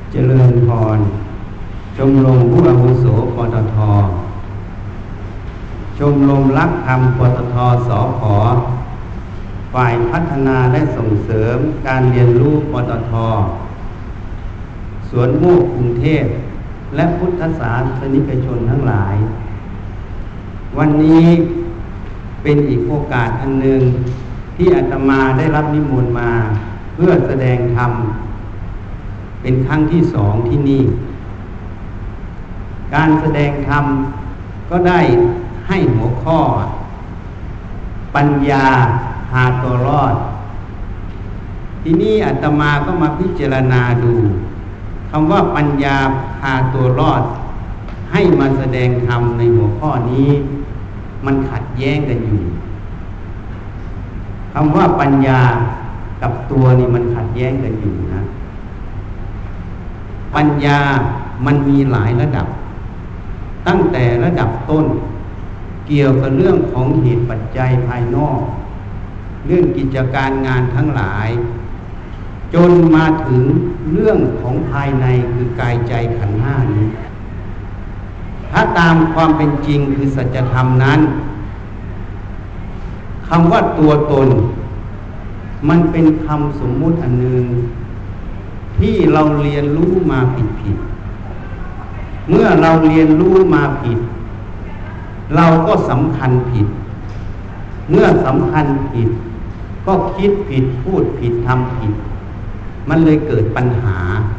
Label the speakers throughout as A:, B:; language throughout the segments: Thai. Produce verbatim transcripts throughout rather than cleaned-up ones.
A: เจริญพรชมรมผู้อาวุโสปตท.ชมรมรักธรรมปตท.สผ.ฝ่ายพัฒนาและส่งเสริมการเรียนรู้ปตท.สวนโมกกรุงเทพและพุทธศาสนิกชนทั้งหลายวันนี้เป็นอีกโอกาสอันหนึ่งที่อาตมาได้รับนิมนต์มาเพื่อแสดงธรรมเป็นครั้งที่สองที่นี่การแสดงธรรมก็ได้ให้หัวข้อปัญญาหาตัวรอดที่นี่อาตมาก็มาพิจารณาดูคำว่าปัญญาหาตัวรอดให้มาแสดงธรรมในหัวข้อนี้มันขัดแย้งกันอยู่คำว่าปัญญากับตัวนี่มันขัดแย้งกันอยู่นะปัญญามันมีหลายระดับตั้งแต่ระดับต้นเกี่ยวกับเรื่องของเหตุปัจจัยภายนอกเรื่องกิจการงานทั้งหลายจนมาถึงเรื่องของภายในคือกายใจขันธ์ห้านี้ถ้าตามความเป็นจริงคือสัจธรรมนั้นคำว่าตัวตนมันเป็นคำสมมุติอันหนึ่งที่เราเรียนรู้มาผิดผิดเมื่อเราเรียนรู้มาผิดเราก็สำคัญผิดเมื่อสำคัญผิดก็คิดผิดพูดผิดทำผิดมันเลยเกิดปัญหา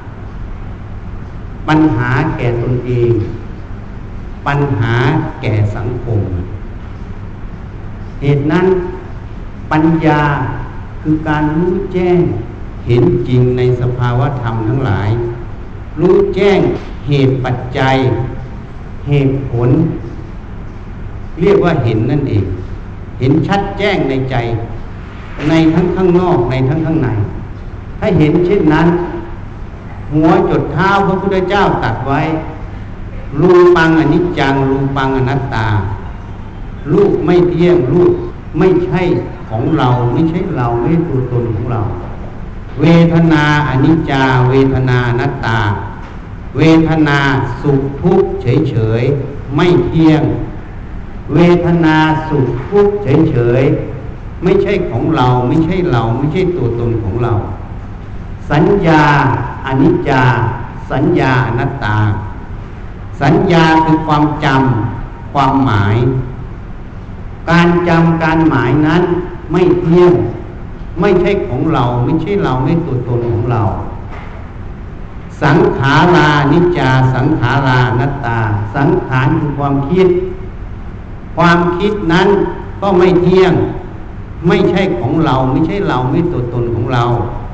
A: ปัญหาแก่ตนเองปัญหาแก่สังคมเหตุนั้นปัญญาคือการรู้แจ้งเห็นจริงในสภาวะธรรมทั้งหลายรู้แจ้งเหตุปัจจัยเหตุผลเรียกว่าเห็นนั่นเองเห็นชัดแจ้งในใจในทั้งข้างนอกในทั้งข้างในถ้าเห็นเช่นนั้นหัวจดเท้าพระพุทธเจ้าตรัสไว้รูปังอนิจจังรูปังอนัตตารูปไม่เที่ยงรูปไม่ใช่ของเราไม่ใช่เราไม่ใช่ตัวตนของเราเวทนาอนิจจาเวทนาอนัตตาเวทนาสุขทุกข์เฉยๆไม่เที่ยงเวทนาสุขทุกข์เฉยๆไม่ใช่ของเราไม่ใช่เราไม่ใช่ตัวตนของเราสัญญาอนิจจาสัญญาอนัตตาสัญญาคือความจำความหมายการจำการหมายนั้นไม่เที่ยงไม่ใช่ของเราไม่ใช่เราไม่ตัวตนของเราสังขารานิจจาสังขารานัตตาสังขารคือความคิดความคิดนั้นก็ไม่เที่ยงไม่ใช่ของเราไม่ใช่เราไม่ตัวตนของเรา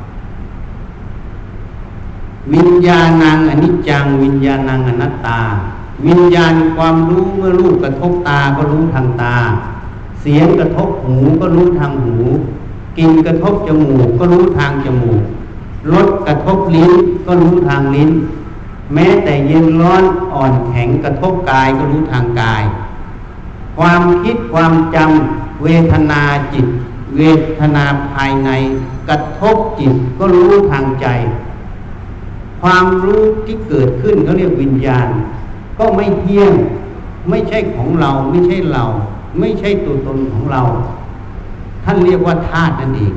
A: วิญญาณังอนิจจังวิญญาณังอนัตตาวิญญาณความรู้เมื่อรูปกระทบตาก็รู้ทางตาเสียงกระทบหูก็รู้ทางหูกลิ่นกระทบจมูกก็รู้ทางจมูกรสกระทบลิ้นก็รู้ทางลิ้นแม้แต่เย็นร้อนอ่อนแข็งกระทบกายก็รู้ทางกายความคิดความจำเวทนาจิตเวทนาภายในกระทบจิตก็รู้ทางใจความรู้ที่เกิดขึ้นเขาเรียกวิญญาณก็ไม่เที่ยงไม่ใช่ของเราไม่ใช่เราไม่ใช่ตัวตนของเราท่านเรียกว่าธาตุนั่นเอง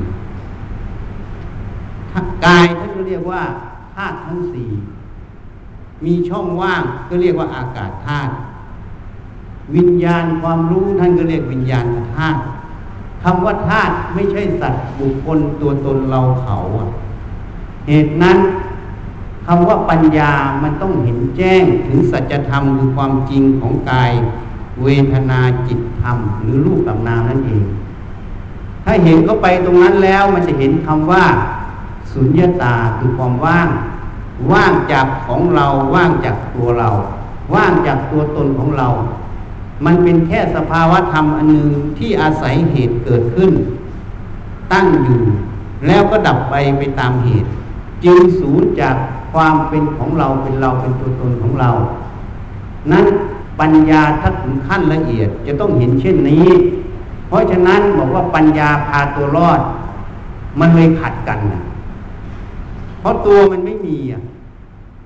A: กายท่านก็เรียกว่าธาตุทั้งสี่มีช่องว่างก็เรียกว่าอากาศธาตุวิญญาณความรู้ท่านก็เรียกวิญญาณธาตุคำว่าธาตุไม่ใช่สัตว์บุคคลตัวตนเราเขาเหตุนั้นคำว่าปัญญามันต้องเห็นแจ้งถึงสัจธรรมคือความจริงของกายเวทนาจิตธรรมหรือรูปกับนามนั่นเองถ้าเห็นเข้าไปตรงนั้นแล้วมันจะเห็นคำว่าสุญญตาคือความว่างว่างจากของเราว่างจากตัวเราว่างจากตัวตนของเรามันเป็นแค่สภาวะธรรมอันหนึ่งที่อาศัยเหตุเกิดขึ้นตั้งอยู่แล้วก็ดับไปไปตามเหตุจึงสูญจากความเป็นของเราเป็นเราเป็นตัวตนของเรานั้นปัญญาถ้าถึงขั้นละเอียดจะต้องเห็นเช่นนี้เพราะฉะนั้นบอกว่าปัญญาพาตัวรอดมันเลยขัดกันนะเพราะตัวมันไม่มีอ่ะ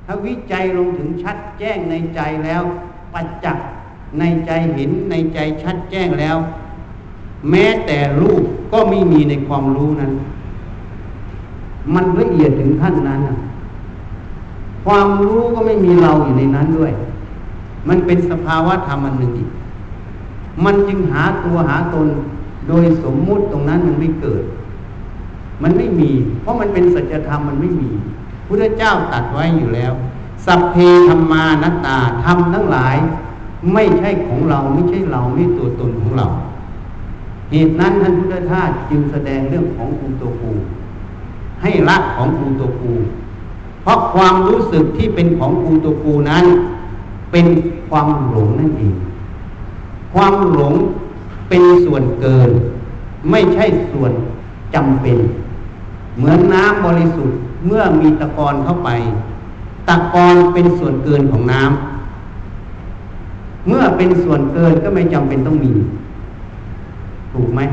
A: ถ้าวิจัยลงถึงชัดแจ้งในใจแล้วปัจจักในใจเห็นในใจชัดแจ้งแล้วแม้แต่รูปก็ไม่มีในความรู้นั้นมันละเอียดถึงขั้นนั้นความรู้ก็ไม่มีเราอยู่ในนั้นด้วยมันเป็นสภาวะธรรมอันหนึ่งอีกมันจึงหาตัวหาตนโดยสมมุติตรงนั้นมันไม่เกิดมันไม่มีเพราะมันเป็นสัจธรรมมันไม่มีพุทธเจ้าตรัสไว้อยู่แล้วสัพเพธัมมานัตตาธรรมทั้งหลายไม่ใช่ของเราไม่ใช่เราไม่ตัวตนของเราเหตุนั้นท่านพุทธทาสจึงแสดงเรื่องของกูตัวกูให้ละของกูตัวกูเพราะความรู้สึกที่เป็นของกูตัวกูนั้นเป็นความหลงนั่นเองความหลงเป็นส่วนเกินไม่ใช่ส่วนจำเป็นเหมือนน้ำบริสุทธิ์เมื่อมีตะกอนเข้าไปตะกอนเป็นส่วนเกินของน้ำเมื่อเป็นส่วนเกินก็ไม่จำเป็นต้องมีถูกไหม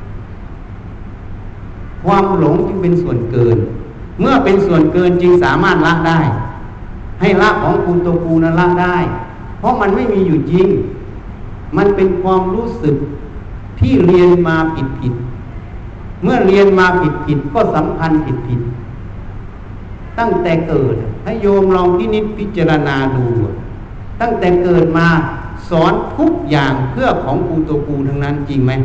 A: ความหลงจึงเป็นส่วนเกินเมื่อเป็นส่วนเกินจึงสามารถละได้ให้ละของกูตัวกูนั้นละได้เพราะมันไม่มีอยู่จริงมันเป็นความรู้สึกที่เรียนมาผิดผิดเมื่อเรียนมาผิดผิดก็สัมพันธ์ผิดผิดตั้งแต่เกิดให้โยมลองพินิจพิจารณาดูตั้งแต่เกิดมาสอนทุกอย่างเพื่อของกูตัวกูทั้งนั้นจริงไหม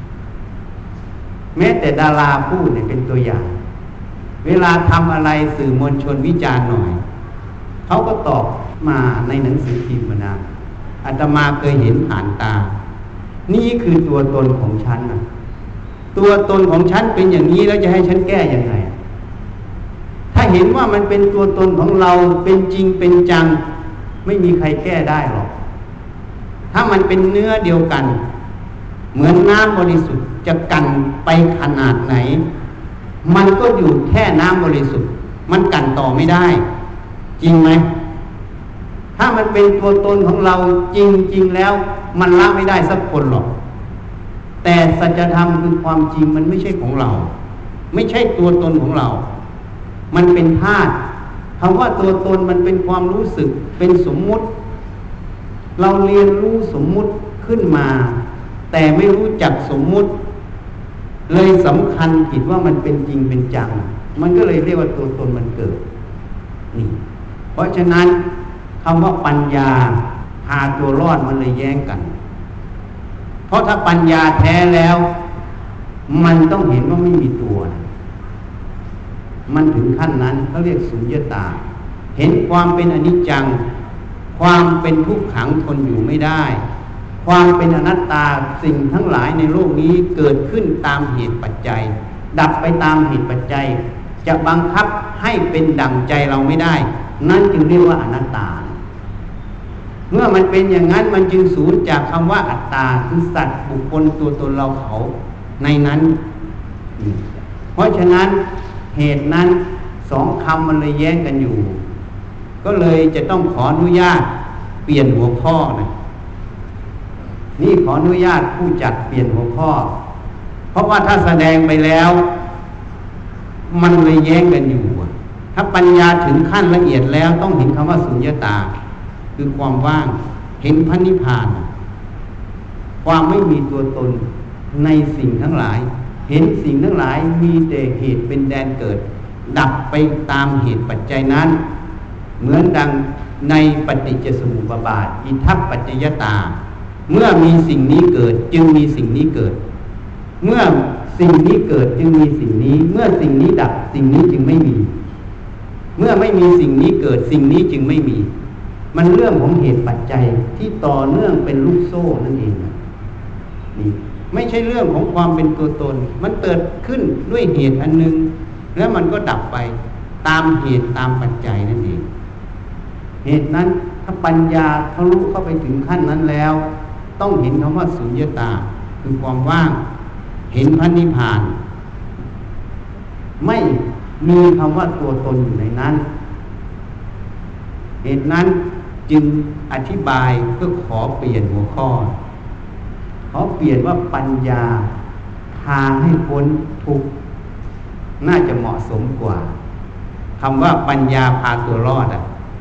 A: แม้แต่ดาราพูดเนี่ยเป็นตัวอย่างเวลาทำอะไรสื่อมวลชนวิจารณ์หน่อยเขาก็ตอบมาในหนังสือพิมพ์นะอาตมาเคยเห็นผ่านตานี่คือตัวตนของฉันนะตัวตนของฉันเป็นอย่างนี้แล้วจะให้ฉันแก้ยังไงถ้าเห็นว่ามันเป็นตัวตนของเราเป็นจริงเป็นจังไม่มีใครแก้ได้หรอกถ้ามันเป็นเนื้อเดียวกันเหมือนน้ำบริสุทธิ์จะกันไปขนาดไหนมันก็อยู่แค่น้ำบริสุทธิ์มันกันต่อไม่ได้จริงไหมถ้ามันเป็นตัวตนของเราจริงๆแล้วมันละไม่ได้สักคนหรอกแต่สัจธรรมคือความจริงมันไม่ใช่ของเราไม่ใช่ตัวตนของเรามันเป็นธาตุคำว่าตัวตนมันเป็นความรู้สึกเป็นสมมุติเราเรียนรู้สมมุติขึ้นมาแต่ไม่รู้จักสมมุติเลยสำคัญผิดว่ามันเป็นจริงเป็นจังมันก็เลยเรียกว่าตัวตนมันเกิดนี่เพราะฉะนั้นคำว่าปัญญาพาตัวรอดมันเลยแย้งกันเพราะถ้าปัญญาแท้แล้วมันต้องเห็นว่าไม่มีตัวนะมันถึงขั้นนั้นเขาเรียกสุญญตาเห็นความเป็นอนิจจังความเป็นทุกขังทนอยู่ไม่ได้ความเป็นอนัตตาสิ่งทั้งหลายในโลกนี้เกิดขึ้นตามเหตุปัจจัยดับไปตามเหตุปัจจัยจะบังคับให้เป็นดั่งใจเราไม่ได้นั่นจึงเรียกว่าอนัตตาเมื่อมันเป็นอย่างนั้นมันจึงสูญจากคำว่าอัตตาคือสัตว์บุคคลตัวตนเราเขาในนั้นเพราะฉะนั้นเหตุนั้นสองคำมันเลยแย้งกันอยู่ก็เลยจะต้องขออนุญาตเปลี่ยนหัวข้อนะนี่ขออนุญาตผู้จัดเปลี่ยนหัวข้อเพราะว่าถ้าแสดงไปแล้วมันเลยแย้งกันอยู่ถ้าปัญญาถึงขั้นละเอียดแล้วต้องเห็นคำว่าสุญญตาคือความว่างเห็นพระนิพพานความไม่มีตัวตนในสิ่งทั้งหลายเห็นสิ่งทั้งหลายมีแต่เหตุเป็นแดนเกิดดับไปตามเหตุปัจจัยนั้นเหมือนดังในปฏิจจสมุปบาทอิทัปปัจจยตาเมื่อมีสิ่งนี้เกิดจึงมีสิ่งนี้เกิดเมื่อสิ่งนี้เกิดจึงมีสิ่งนี้เมื่อสิ่งนี้ดับสิ่งนี้จึงไม่มีเมื่อไม่มีสิ่งนี้เกิดสิ่งนี้จึงไม่มีมันเรื่องของเหตุปัจจัยที่ต่อเนื่องเป็นลูกโซ่นั่นเองนี่ไม่ใช่เรื่องของความเป็นตัวตนมันเกิดขึ้นด้วยเหตุอันนึงแล้วมันก็ดับไปตามเหตุตามปัจจัยนั่นเองเหตุนั้นถ้าปัญญาทะลุเข้าไปถึงขั้นนั้นแล้วต้องเห็นคำว่าสุญญตาคือความว่างเห็นพระนิพพานไม่มีคำว่าตัวตนอยู่ในนั้นเหตุนั้นจึงอธิบายเพื่อขอเปลี่ยนหัวข้อขอเปลี่ยนว่าปัญญาพาให้พ้นทุกข์น่าจะเหมาะสมกว่าคำว่าปัญญาพาตัวรอดอ่ะ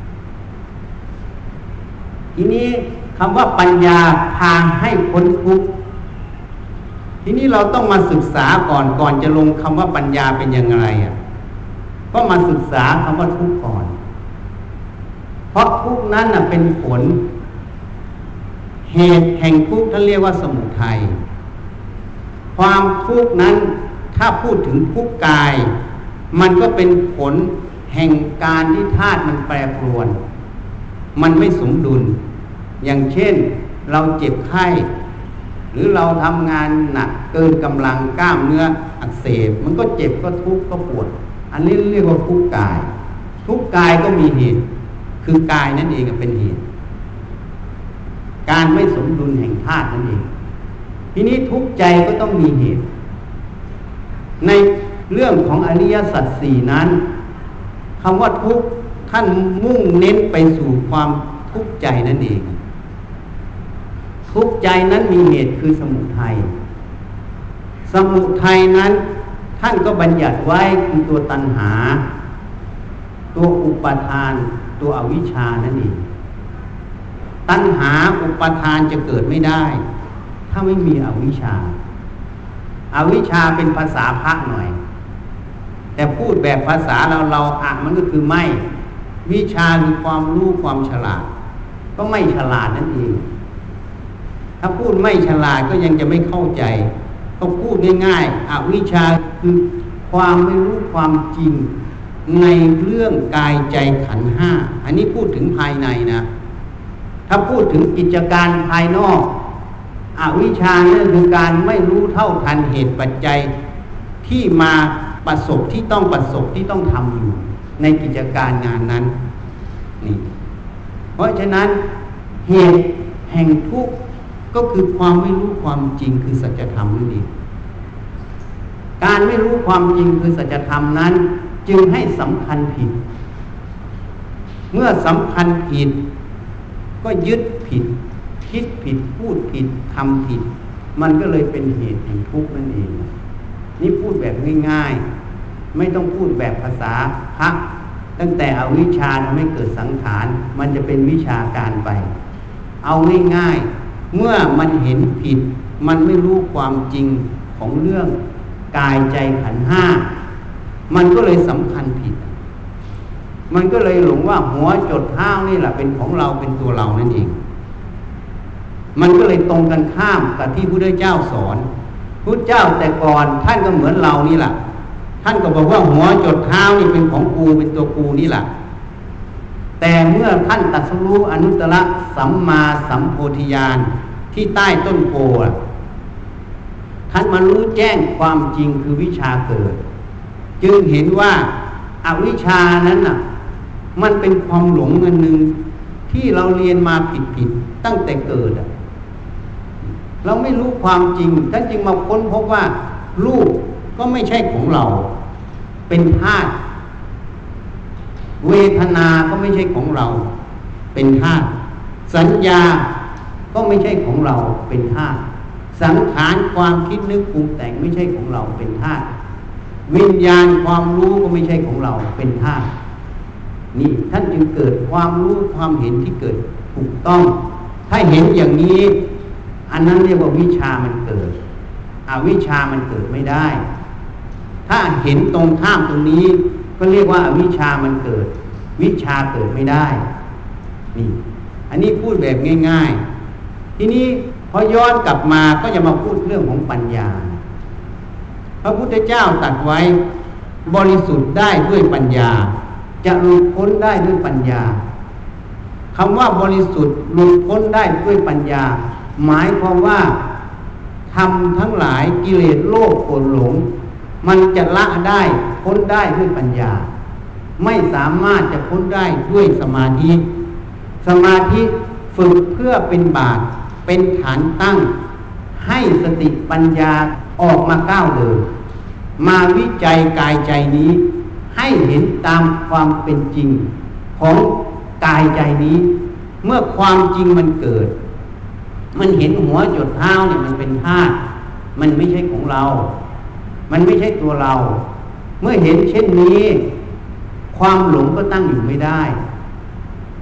A: ทีนี้คำว่าปัญญาพาให้พ้นทุกข์ทีนี้เราต้องมาศึกษาก่อนก่อนจะลงคำว่าปัญญาเป็นอย่างไรอ่ะก็มาศึกษาคำว่าทุกข์ก่อนเพราะทุกข์นั้นน่ะเป็นผลเหตุแห่งทุกข์ท่านเรียกว่าสมุทัยความทุกข์นั้นถ้าพูดถึงทุกข์กายมันก็เป็นผลแห่งการที่ธาตุมันแปรปรวนมันไม่สมดุลอย่างเช่นเราเจ็บไข้หรือเราทำงานหนักเกินกำลังกล้ามเนื้ออักเสบมันก็เจ็บก็ทุกข์ก็ปวดอันนี้เรียกว่าทุกข์กายทุกข์กายก็มีเหตุคือกายนั่นเองเป็นเหตุการไม่สมดุลแห่งธาตุนั่นเองทีนี้ทุกข์ใจก็ต้องมีเหตุในเรื่องของอริยสัจสี่นั้นคำว่าทุกข์ท่านมุ่งเน้นไปสู่ความทุกข์ใจนั่นเองทุกข์ใจนั้นมีเหตุคือสมุทัยสมุทัยนั้นท่านก็บัญญัติไว้คือตัวตัณหาตัวอุปาทานตัวอวิชชานั่นเองตัณหาอุปาทานจะเกิดไม่ได้ถ้าไม่มีอวิชชาอวิชชาเป็นภาษาพระหน่อยแต่พูดแบบภาษาเราเราอ่ะมันก็คือไม่วิชาคือความรู้ความฉลาดก็ไม่ฉลาดนั่นเองถ้าพูดไม่ฉลาดก็ยังจะไม่เข้าใจก็พูดง่ายๆอวิชชาคือความไม่รู้ความจริงในเรื่องกายใจขันธ์ห้าอันนี้พูดถึงภายในนะถ้าพูดถึงกิจการภายนอกอวิชชานั่นคือการไม่รู้เท่าทันเหตุปัจจัยที่มาประสบที่ต้องประสบที่ต้องทำอยู่ในกิจการงานนั้นนี่เพราะฉะนั้นเหตุแห่งทุกข์ก็คือความไม่รู้ความจริงคือสัจธรรมนั่นเองการไม่รู้ความจริงคือสัจธรรมนั้นจึงให้สำคัญผิดเมื่อสำคัญผิดก็ยึดผิดคิดผิดพูดผิดทำผิดมันก็เลยเป็นเหตุแห่งทุกข์นั่นเองนี่พูดแบบง่ายๆไม่ต้องพูดแบบภาษาพระตั้งแต่อวิชชาทำให้เกิดสังขารมันจะเป็นวิชาการไปเอาง่ายๆเมื่อมันเห็นผิดมันไม่รู้ความจริงของเรื่องกายใจขันธ์ห้ามันก็เลยสำคัญผิดมันก็เลยหลงว่าหัวจดเท้านี่แหละเป็นของเราเป็นตัวเรานั่นเองมันก็เลยตรงกันข้ามกับที่พระพุทธเจ้าสอนพุทธเจ้าแต่ก่อนท่านก็เหมือนเรานี่แหละท่านก็บอกว่าหัวจดเท้านี่เป็นของกูเป็นตัวกูนี่แหละแต่เมื่อท่านตรัสรู้อนุตตรสัมมาสัมโพธิญาณที่ใต้ต้นโพท่านมารู้แจ้งความจริงคือวิชาเกิดจึงเห็นว่าอวิชชานั้นน่ะมันเป็นความหลงอันหนึ่งที่เราเรียนมาผิดๆตั้งแต่เกิดอ่ะเราไม่รู้ความจริงท่านจึงมาค้นพบว่ารูปก็ไม่ใช่ของเราเป็นธาตุเวทนาก็ไม่ใช่ของเราเป็นธาตุสัญญาก็ไม่ใช่ของเราเป็นธาตุสังขารความคิดนึกปรุงแต่งไม่ใช่ของเราเป็นธาตุวิญญาณความรู้ก็ไม่ใช่ของเราเป็นธาตุนี่ท่านจึงเกิดความรู้ความเห็นที่เกิดถูกต้องถ้าเห็นอย่างนี้อันนั้นเรียกว่าวิชามันเกิดอวิชามันเกิดไม่ได้ถ้าเห็นตรงข้ามตรงนี้ก็เรียกว่าอวิชามันเกิดวิชาเกิดไม่ได้นี่อันนี้พูดแบบง่ายๆทีนี้พอย้อนกลับมาก็จะมาพูดเรื่องของปัญญาพระพุทธเจ้าตรัสไว้บริสุทธิ์ได้ด้วยปัญญาจะหลุดพ้นได้ด้วยปัญญาคำว่าบริสุทธิ์หลุดพ้นได้ด้วยปัญญาหมายความว่าทำทั้งหลายกิเลสโลภโกรธหลงมันจะละได้พ้นได้ด้วยปัญญาไม่สามารถจะพ้นได้ด้วยสมาธิสมาธิฝึกเพื่อเป็นบาตรเป็นฐานตั้งให้สติปัญญาออกมาก้าวเดินมาวิจัยกายใจนี้ให้เห็นตามความเป็นจริงของกายใจนี้เมื่อความจริงมันเกิดมันเห็นหัวจดเท้าเนี่ยมันเป็นธาตุมันไม่ใช่ของเรามันไม่ใช่ตัวเราเมื่อเห็นเช่นนี้ความหลงก็ตั้งอยู่ไม่ได้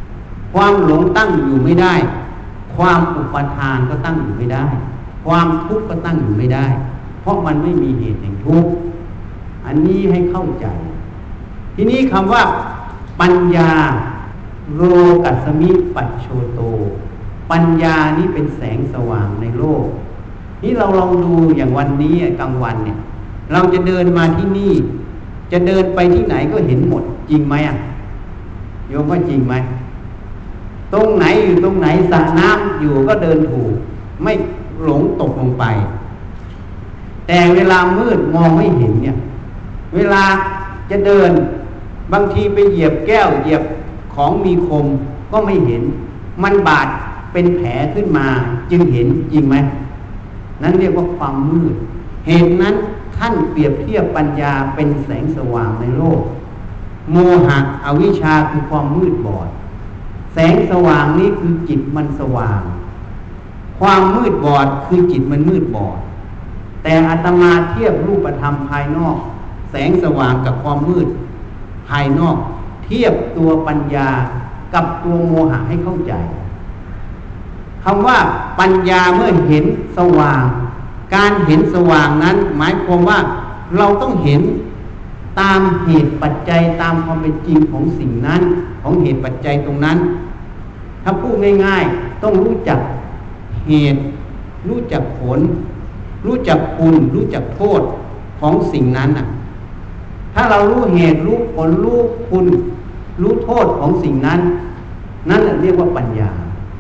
A: ความหลงตั้งอยู่ไม่ได้ความอุปทานก็ตั้งอยู่ไม่ได้ความทุกข์ก็ตั้งอยู่ไม่ได้เพราะมันไม่มีเหตุแห่งทุกข์อันนี้ให้เข้าใจทีนี้คำว่าปัญญาโลกัสสมิปัจโชโตปัญญานี้เป็นแสงสว่างในโลกนี่เราลองดูอย่างวันนี้กลางวันเนี่ยเราจะเดินมาที่นี่จะเดินไปที่ไหนก็เห็นหมดจริงไหมอ่ะโยมว่าจริงไหมตรงไหนอยู่ตรงไหนสระน้ำอยู่ก็เดินถูกไม่หลงตกลงไปแต่เวลามืดมองไม่เห็นเนี่ยเวลาจะเดินบางทีไปเหยียบแก้วเหยียบของมีคมก็ไม่เห็นมันบาดเป็นแผลขึ้นมาจึงเห็นจริงไหมนั้นเรียกว่าความมืดเหตุนั้นท่านเปรียบเทียบปัญญาเป็นแสงสว่างในโลกโมหะอวิชชาคือความมืดบอดแสงสว่างนี้คือจิตมันสว่างความมืดบอดคือจิตมันมืดบอดแต่อาตมาเทียบรูปธรรมภายนอกแสงสว่างกับความมืดภายนอกเทียบตัวปัญญากับตัวโมหะให้เข้าใจคำว่าปัญญาเมื่อเห็นสว่างการเห็นสว่างนั้นหมายความว่าเราต้องเห็นตามเหตุปัจจัยตามความเป็นจริงของสิ่งนั้นของเหตุปัจจัยตรงนั้นถ้าพูดง่ายๆต้องรู้จักเหตุรู้จักผลรู้จักคุณรู้จักโทษของสิ่งนั้นน่ะถ้าเรารู้เหตุรู้ผลรู้คุณรู้โทษของสิ่งนั้นนั่นเรียกว่าปัญญา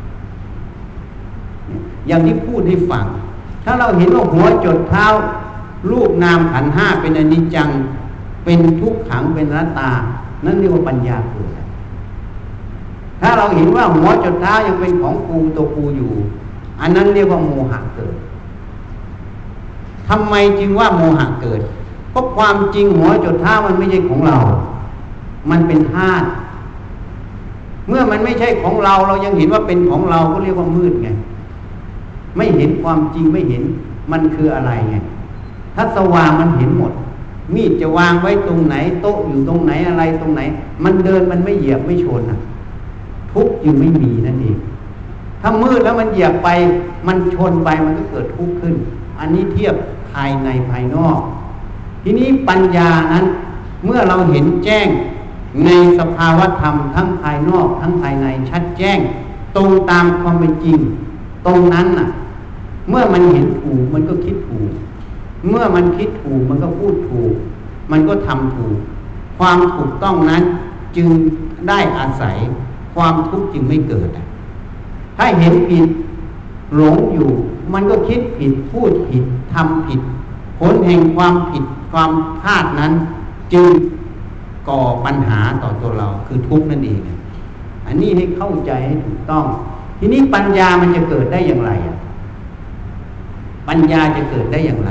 A: อย่างที่พูดให้ฟังถ้าเราเห็นว่าหัวจดเท้ารูปนามขันธ์ห้าเป็นอนิจจังเป็นทุกขังเป็นอนัตตานั่นเรียกว่าปัญญาเกิดถ้าเราเห็นว่าหัวจดเท้ายังเป็นของกูตัวกูอยู่อันนั้นเรียกว่าโมหะเกิดทำไมจึงว่าโมหะเกิดเพราะความจริงหัวจดเท้ามันไม่ใช่ของเรามันเป็นธาตุเมื่อมันไม่ใช่ของเราเรายังเห็นว่าเป็นของเราก็เรียกว่ามืดไงไม่เห็นความจริงไม่เห็นมันคืออะไรไงถ้าสว่างมันเห็นหมดมีดจะวางไว้ตรงไหนโต๊ะอยู่ตรงไหนอะไรตรงไหนมันเดินมันไม่เหยียบไม่ชนนะทุกข์จึงไม่มีนั่นเองถ้ามืดแล้วมันเหยียบไปมันชนไปมันก็เกิดทุกข์ขึ้นอันนี้เทียบภายในภายนอกทีนี้ปัญญานั้นเมื่อเราเห็นแจ้งในสภาวธรรมทั้งภายนอกทั้งภายในชัดแจ้งตรงตามความเป็นจริงตรงนั้นน่ะเมื่อมันเห็นถูกมันก็คิดถูกเมื่อมันคิดถูกมันก็พูดถูกมันก็ทำถูกความถูกต้องนั้นจึงได้อาศัยความทุกข์จึงไม่เกิดถ้าเห็นผิดหลงอยู่มันก็คิดผิดพูดผิดทำผิดผลแห่งความผิดความพลาดนั้นจึงก่อปัญหาต่อตัวเราคือทุกข์นั่นเองอันนี้ให้เข้าใจให้ถูกต้องทีนี้ปัญญามันจะเกิดได้อย่างไรอ่ะปัญญาจะเกิดได้อย่างไร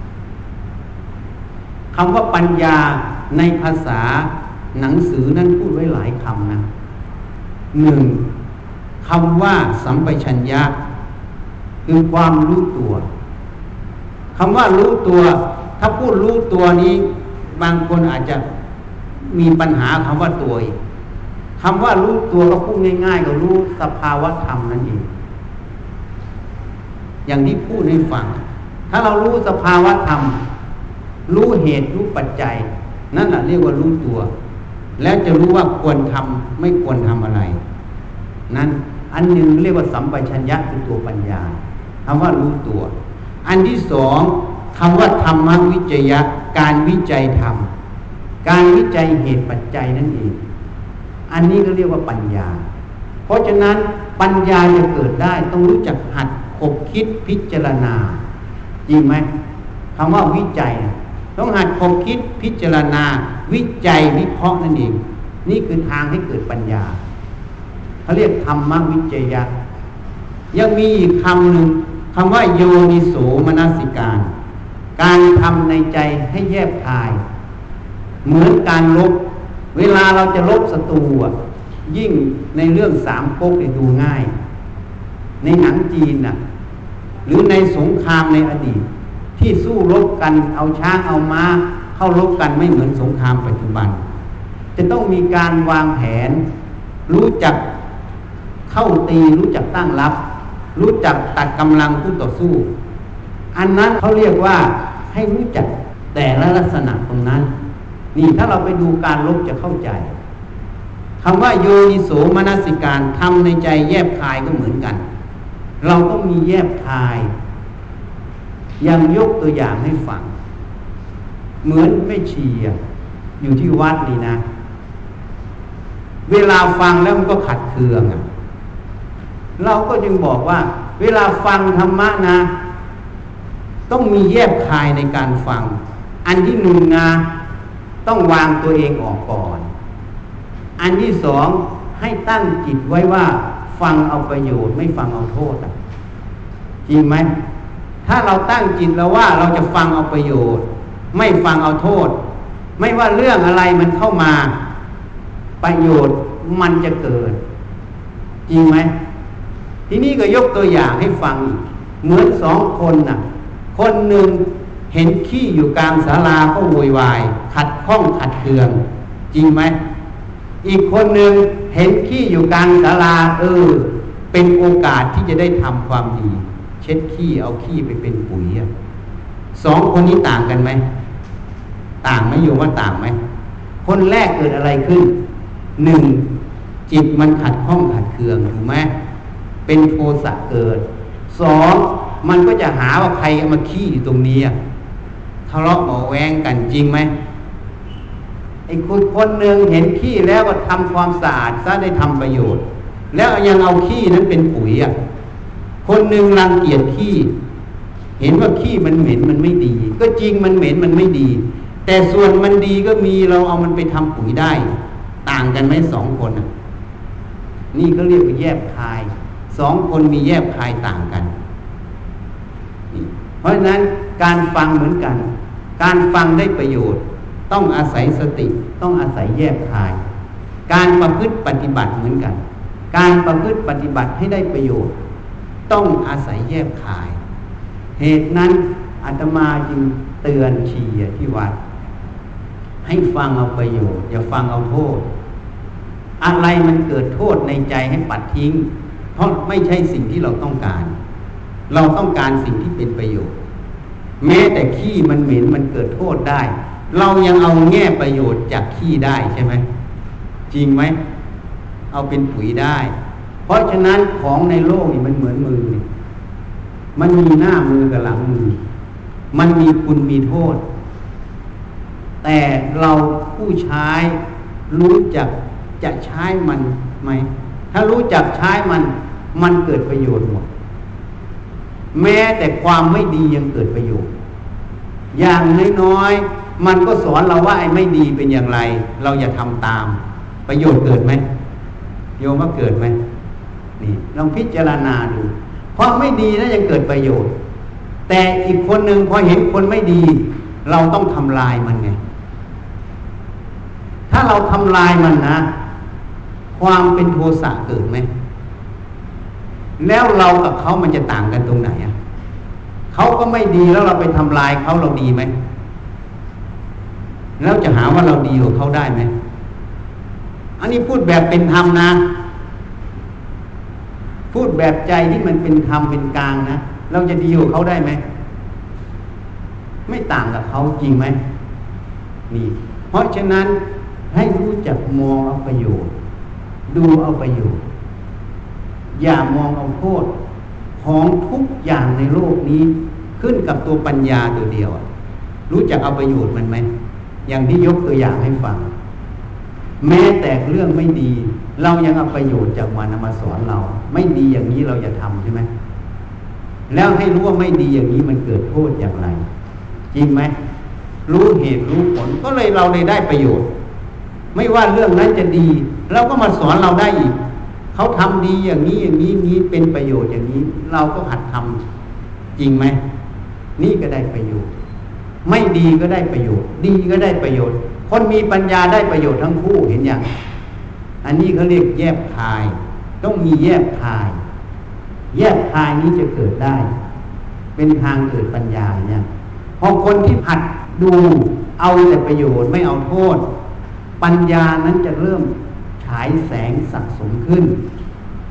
A: คำว่าปัญญาในภาษาหนังสือนั้นพูดไว้หลายคำนะหนึ่งคำว่าสัมปชัญญะคือความรู้ตัวคำว่ารู้ตัวถ้าพูดรู้ตัวนี้บางคนอาจจะมีปัญหาคำว่าตัวอีกคำว่ารู้ตัวก็พูดง่ายๆก็รู้สภาวะธรรมนั่นเองอย่างที่พูดให้ฟังถ้าเรารู้สภาวะธรรมรู้เหตุรู้ปัจจัยนั่นแหละเรียกว่ารู้ตัวแล้วจะรู้ว่าควรทำไม่ควรทำอะไรนั้นอันหนึ่งเรียกว่าสัมปชัญญะคือตัวปัญญาคำว่ารู้ตัวอันที่สองคำว่าธรรมวิจยะการวิจัยธรรมการวิจัยเหตุปัจจัยนั่นเองอันนี้ก็เรียกว่าปัญญาเพราะฉะนั้นปัญญาจะเกิดได้ต้องรู้จักหัดคบคิดพิจารณาจริงไหมคำว่าวิจัยต้องหัดคบคิดพิจารณาวิจัยวิเคราะห์นั่นเองนี่คือทางให้เกิดปัญญาเขาเรียกธรรมวิจยะยังมีอีกคำหนึ่งคำว่าโยนิโสมนสิการการทำในใจให้แยบคายเหมือนการลบเวลาเราจะลบศัตรูยิ่งในเรื่องสามก๊กเนี่ยดูง่ายในหนังจีนน่ะหรือในสงครามในอดีตที่สู้รบกันเอาช้างเอาม้าเข้ารบกันไม่เหมือนสงครามปัจจุบันจะต้องมีการวางแผนรู้จักเข้าตีรู้จักตั้งรับรู้จักตัดกำลังคู่ต่อสู้อันนั้นเขาเรียกว่าให้รู้จักแต่ละลักษณะตรงนั้นนี่ถ้าเราไปดูการลบจะเข้าใจคำว่าโยนิโสมนสิการทำในใจแยบคายก็เหมือนกันเราก็มีแยบคายยังยกตัวอย่างให้ฟังเหมือนแม่ชีอยู่ที่วัดนี่นะเวลาฟังแล้วมันก็ขัดเคืองอ่ะเราก็จึงบอกว่าเวลาฟังธรรมะนะต้องมีแยบคายในการฟังอันที่หนึ่งนะต้องวางตัวเองออกก่อนอันที่สองให้ตั้งจิตไว้ว่าฟังเอาประโยชน์ไม่ฟังเอาโทษอ่ะจริงไหมถ้าเราตั้งจิตแล้วว่าเราจะฟังเอาประโยชน์ไม่ฟังเอาโทษไม่ว่าเรื่องอะไรมันเข้ามาประโยชน์มันจะเกิดจริงไหมทีนี้ก็ยกตัวอย่างให้ฟังอีกเหมือนสองคนน่ะคนหนึ่งเห็นขี้อยู่กลางศาลาก็โวยวายขัดข้องขัดเคืองจริงไหมอีกคนหนึ่งเห็นขี้อยู่กลางศาลาเออเป็นโอกาสที่จะได้ทำความดีเช็ดขี้เอาขี้ไปเป็นปุ๋ยสองคนนี้ต่างกันไหมต่างไหมโยมว่าต่างไหมคนแรกเกิดอะไรขึ้นหนึ่งจิตมันขัดข้องขัดเคืองถูกไหมเป็นโทสะเกิดสองมันก็จะหาว่าใครมาขี้อยู่ตรงนี้ทะเลาะเบาแวงกันจริงไหมไอ้คนคนหนึ่งเห็นขี้แล้วก็ทำความสะอาดซะได้ทำประโยชน์แล้วยังเอาขี้นั้นเป็นปุ๋ยอ่ะคนหนึ่งรังเกียจขี้เห็นว่าขี้มันเหม็นมันไม่ดีก็จริงมันเหม็นมันไม่ดีแต่ส่วนมันดีก็มีเราเอามันไปทำปุ๋ยได้ต่างกันไหมสองคนอ่ะนี่ก็เรียกว่าแยบคายสองคนมีแยบคายต่างกันเพราะฉะนั้นการฟังเหมือนกันการฟังได้ประโยชน์ต้องอาศัยสติต้องอาศัยแยบคายการประพฤติปฏิบัติเหมือนกันการประพฤติปฏิบัติให้ได้ประโยชน์ต้องอาศัยแยบคายเหตุนั้นอาตมาจึงเตือนชีที่วัดให้ฟังเอาประโยชน์อย่าฟังเอาโทษอะไรมันเกิดโทษในใจให้ปัดทิ้งเพราะไม่ใช่สิ่งที่เราต้องการเราต้องการสิ่งที่เป็นประโยชน์แม้แต่ขี้มันเหม็นมันเกิดโทษได้เรายังเอาแง่ประโยชน์จากขี้ได้ใช่ไหมจริงไหมเอาเป็นปุ๋ยได้เพราะฉะนั้นของในโลกนี่มันเหมือนมือนี่มันมีหน้ามือกับหลังมือมันมีคุณมีโทษแต่เราผู้ใช้รู้จักจะใช้มันไหมถ้ารู้จักใช้มันมันเกิดประโยชน์หมดแม้แต่ความไม่ดียังเกิดประโยชน์อย่างน้อยๆมันก็สอนเราว่าไอ้ไม่ดีเป็นอย่างไรเราอย่าทำตามประโยชน์เกิดไหมโยมว่าเกิดไหมนี่ลองพิจารณาดูเพราะไม่ดีนะยังเกิดประโยชน์แต่อีกคนหนึ่งพอเห็นคนไม่ดีเราต้องทำลายมันไงถ้าเราทำลายมันนะความเป็นโทสะเกิดไหมแล้วเรากับเขามันจะต่างกันตรงไหนอ่ะเขาก็ไม่ดีแล้วเราไปทำลายเขาเราดีไหมแล้วจะหาว่าเราดีกว่าเขาได้ไหมอันนี้พูดแบบเป็นธรรมนะพูดแบบใจที่มันเป็นธรรมเป็นกลางนะเราจะดีกว่าเขาได้ไหมไม่ต่างกับเขาจริงไหมนี่เพราะฉะนั้นให้รู้จักมองเอาประโยชน์ดูเอาประโยชน์อย่ามองเอาโทษของทุกอย่างในโลกนี้ขึ้นกับตัวปัญญาตัวเดียวรู้จักเอาประโยชน์มันไหมอย่างที่ยกตัวอย่างให้ฟังแม้แต่เรื่องไม่ดีเรายังเอาประโยชน์จากมันมาสอนเราไม่ดีอย่างนี้เราอย่าทำใช่ไหมแล้วให้รู้ว่าไม่ดีอย่างนี้มันเกิดโทษอย่างไรจริงไหมรู้เหตุรู้ผลก็เลยเราเลยได้ประโยชน์ไม่ว่าเรื่องนั้นจะดีเราก็มาสอนเราได้อีกเขาทำดีอย่างนี้อย่างนี้นี้เป็นประโยชน์อย่างนี้เราก็หัดทำจริงไหมนี่ก็ได้ประโยชน์ไม่ดีก็ได้ประโยชน์ดีก็ได้ประโยชน์คนมีปัญญาได้ประโยชน์ทั้งคู่เห็นอย่างอันนี้เขาเรียกแยบคายต้องมีแยบคายแยบคายนี้จะเกิดได้เป็นทางเกิดปัญญาเนี่ยพอคนที่หัดดูเอาแต่ประโยชน์ไม่เอาโทษปัญญานั้นจะเริ่มฉายแสงสะสมขึ้น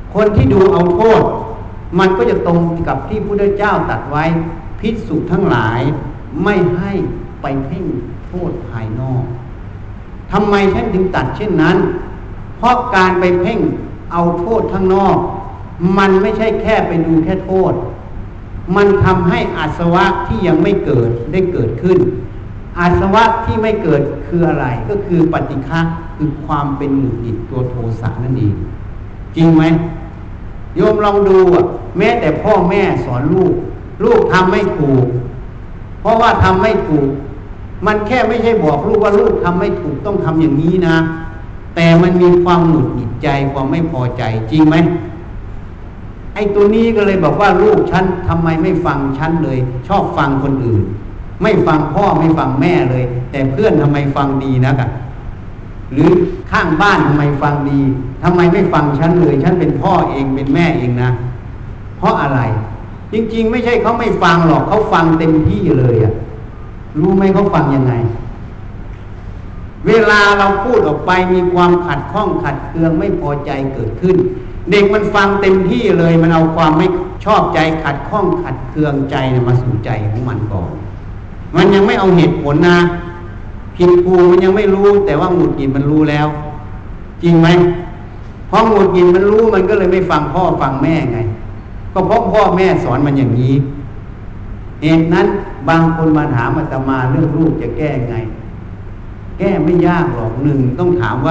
A: คนที่ดูเอาโทษมันก็จะตรงกับที่พระพุทธเจ้าตรัสไว้ภิกษุทั้งหลายไม่ให้ไปเพ่งโทษภายนอกทำไมท่านถึงตัดเช่นนั้นเพราะการไปเพ่งเอาโทษข้างนอกมันไม่ใช่แค่ไปดูแค่โทษมันทำให้อาสวะที่ยังไม่เกิดได้เกิดขึ้นอาสวะที่ไม่เกิดคืออะไรก็คือปฏิฆะคือความเป็นหงุดหงิดตัวโทสะนั่นเองจริงไหมโยมลองดูอ่ะแม้แต่พ่อแม่สอนลูกลูกทำไม่ถูกเพราะว่าทำไม่ถูกมันแค่ไม่ใช่บอกลูกว่าลูกทำไม่ถูกต้องทำอย่างนี้นะแต่มันมีความหงุดหงิดใจความไม่พอใจจริงไหมไอ้ตัวนี้ก็เลยบอกว่าลูกฉันทำไมไม่ฟังฉันเลยชอบฟังคนอื่นไม่ฟังพ่อไม่ฟังแม่เลยแต่เพื่อนทำไมฟังดีนักอ่ะหรือข้างบ้านทำไมฟังดีทำไมไม่ฟังฉันเลยฉันเป็นพ่อเองเป็นแม่เองนะเพราะอะไรจริงๆไม่ใช่เขาไม่ฟังหรอกเขาฟังเต็มที่เลยอ่ะรู้ไหมเขาฟังยังไงเวลาเราพูดออกไปมีความขัดข้องขัดเคืองไม่พอใจเกิดขึ้นเด็กมันฟังเต็มที่เลยมันเอาความไม่ชอบใจขัดข้องขัดเคืองใจมาสู่ใจของมันก่อนมันยังไม่เอาเหตุผลนะผิดครูมันยังไม่รู้แต่ว่าหงุดหงิดมันรู้แล้วจริงไหมเพราะหงุดหงิดมันรู้มันก็เลยไม่ฟังพ่อฟังแม่ไงก็เพราะพ่อแม่สอนมันอย่างนี้เหตุนั้นบางคนมาถามอาตมาเรื่องลูกจะแก้ไงแก้ไม่ยากหรอกหนึ่งต้องถามว่า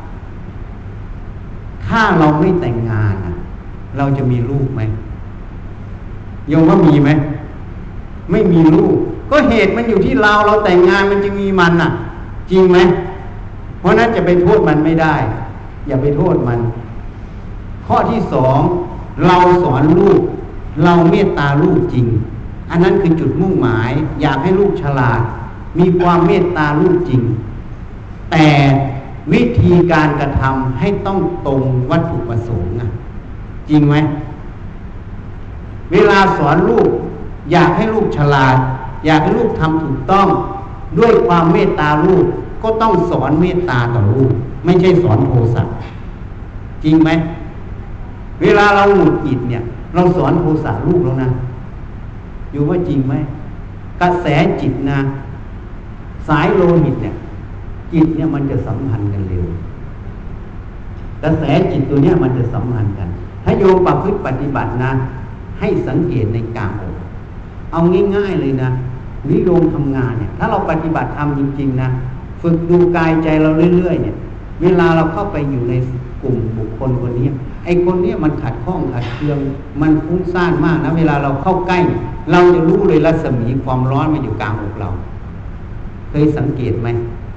A: ถ้าเราไม่แต่งงานเราจะมีลูกไหมโยมว่ามีไหมไม่มีลูกก็เหตุมันอยู่ที่เราเราแต่งงานมันจึงมีมันน่ะจริงไหมเพราะนั้นจะไปโทษมันไม่ได้อย่าไปโทษมันข้อที่สองเราสอนลูกเราเมตตาลูกจริงอันนั้นคือจุดมุ่งหมายอยากให้ลูกฉลาดมีความเมตตาลูกจริงแต่วิธีการกระทำให้ต้องตรงวัตถุประสงค์นะจริงไหมเวลาสอนลูกอยากให้ลูกฉลาดอยากให้ลูกทำถูกต้องด้วยความเมตตาลูกก็ต้องสอนเมตตาต่อลูกไม่ใช่สอนโทสะจริงไหมเวลาเราหงุดหงิดเนี่ยเราสอนโทสะลูกแล้วนะอยู่ว่าจริงไหมกระแสจิตนะสายโลหิตเนี่ยจิตเนี่ยมันจะสัมพันธ์กันเร็วกระแสจิตตัวเนี้ยมันจะสัมพันธ์กันถ้าโยมประพฤติปฏิบัตินะให้สังเกตในกลางอกเอาง่ายๆเลยนะนิยมทำงานเนี่ยถ้าเราปฏิบัติธรรมจริงๆนะฝึกดูกายใจเราเรื่อยๆเนี่ยเวลาเราเข้าไปอยู่ในกลุ่มบุคคลคนนี้ไอ้คนนี้มันขัดข้องขัดเคืองมันฟุ้งซ่านมากนะเวลาเราเข้าใกล้เราจะรู้เลยรัศมีความร้อนมันอยู่กลางอกเราเคยสังเกตไหม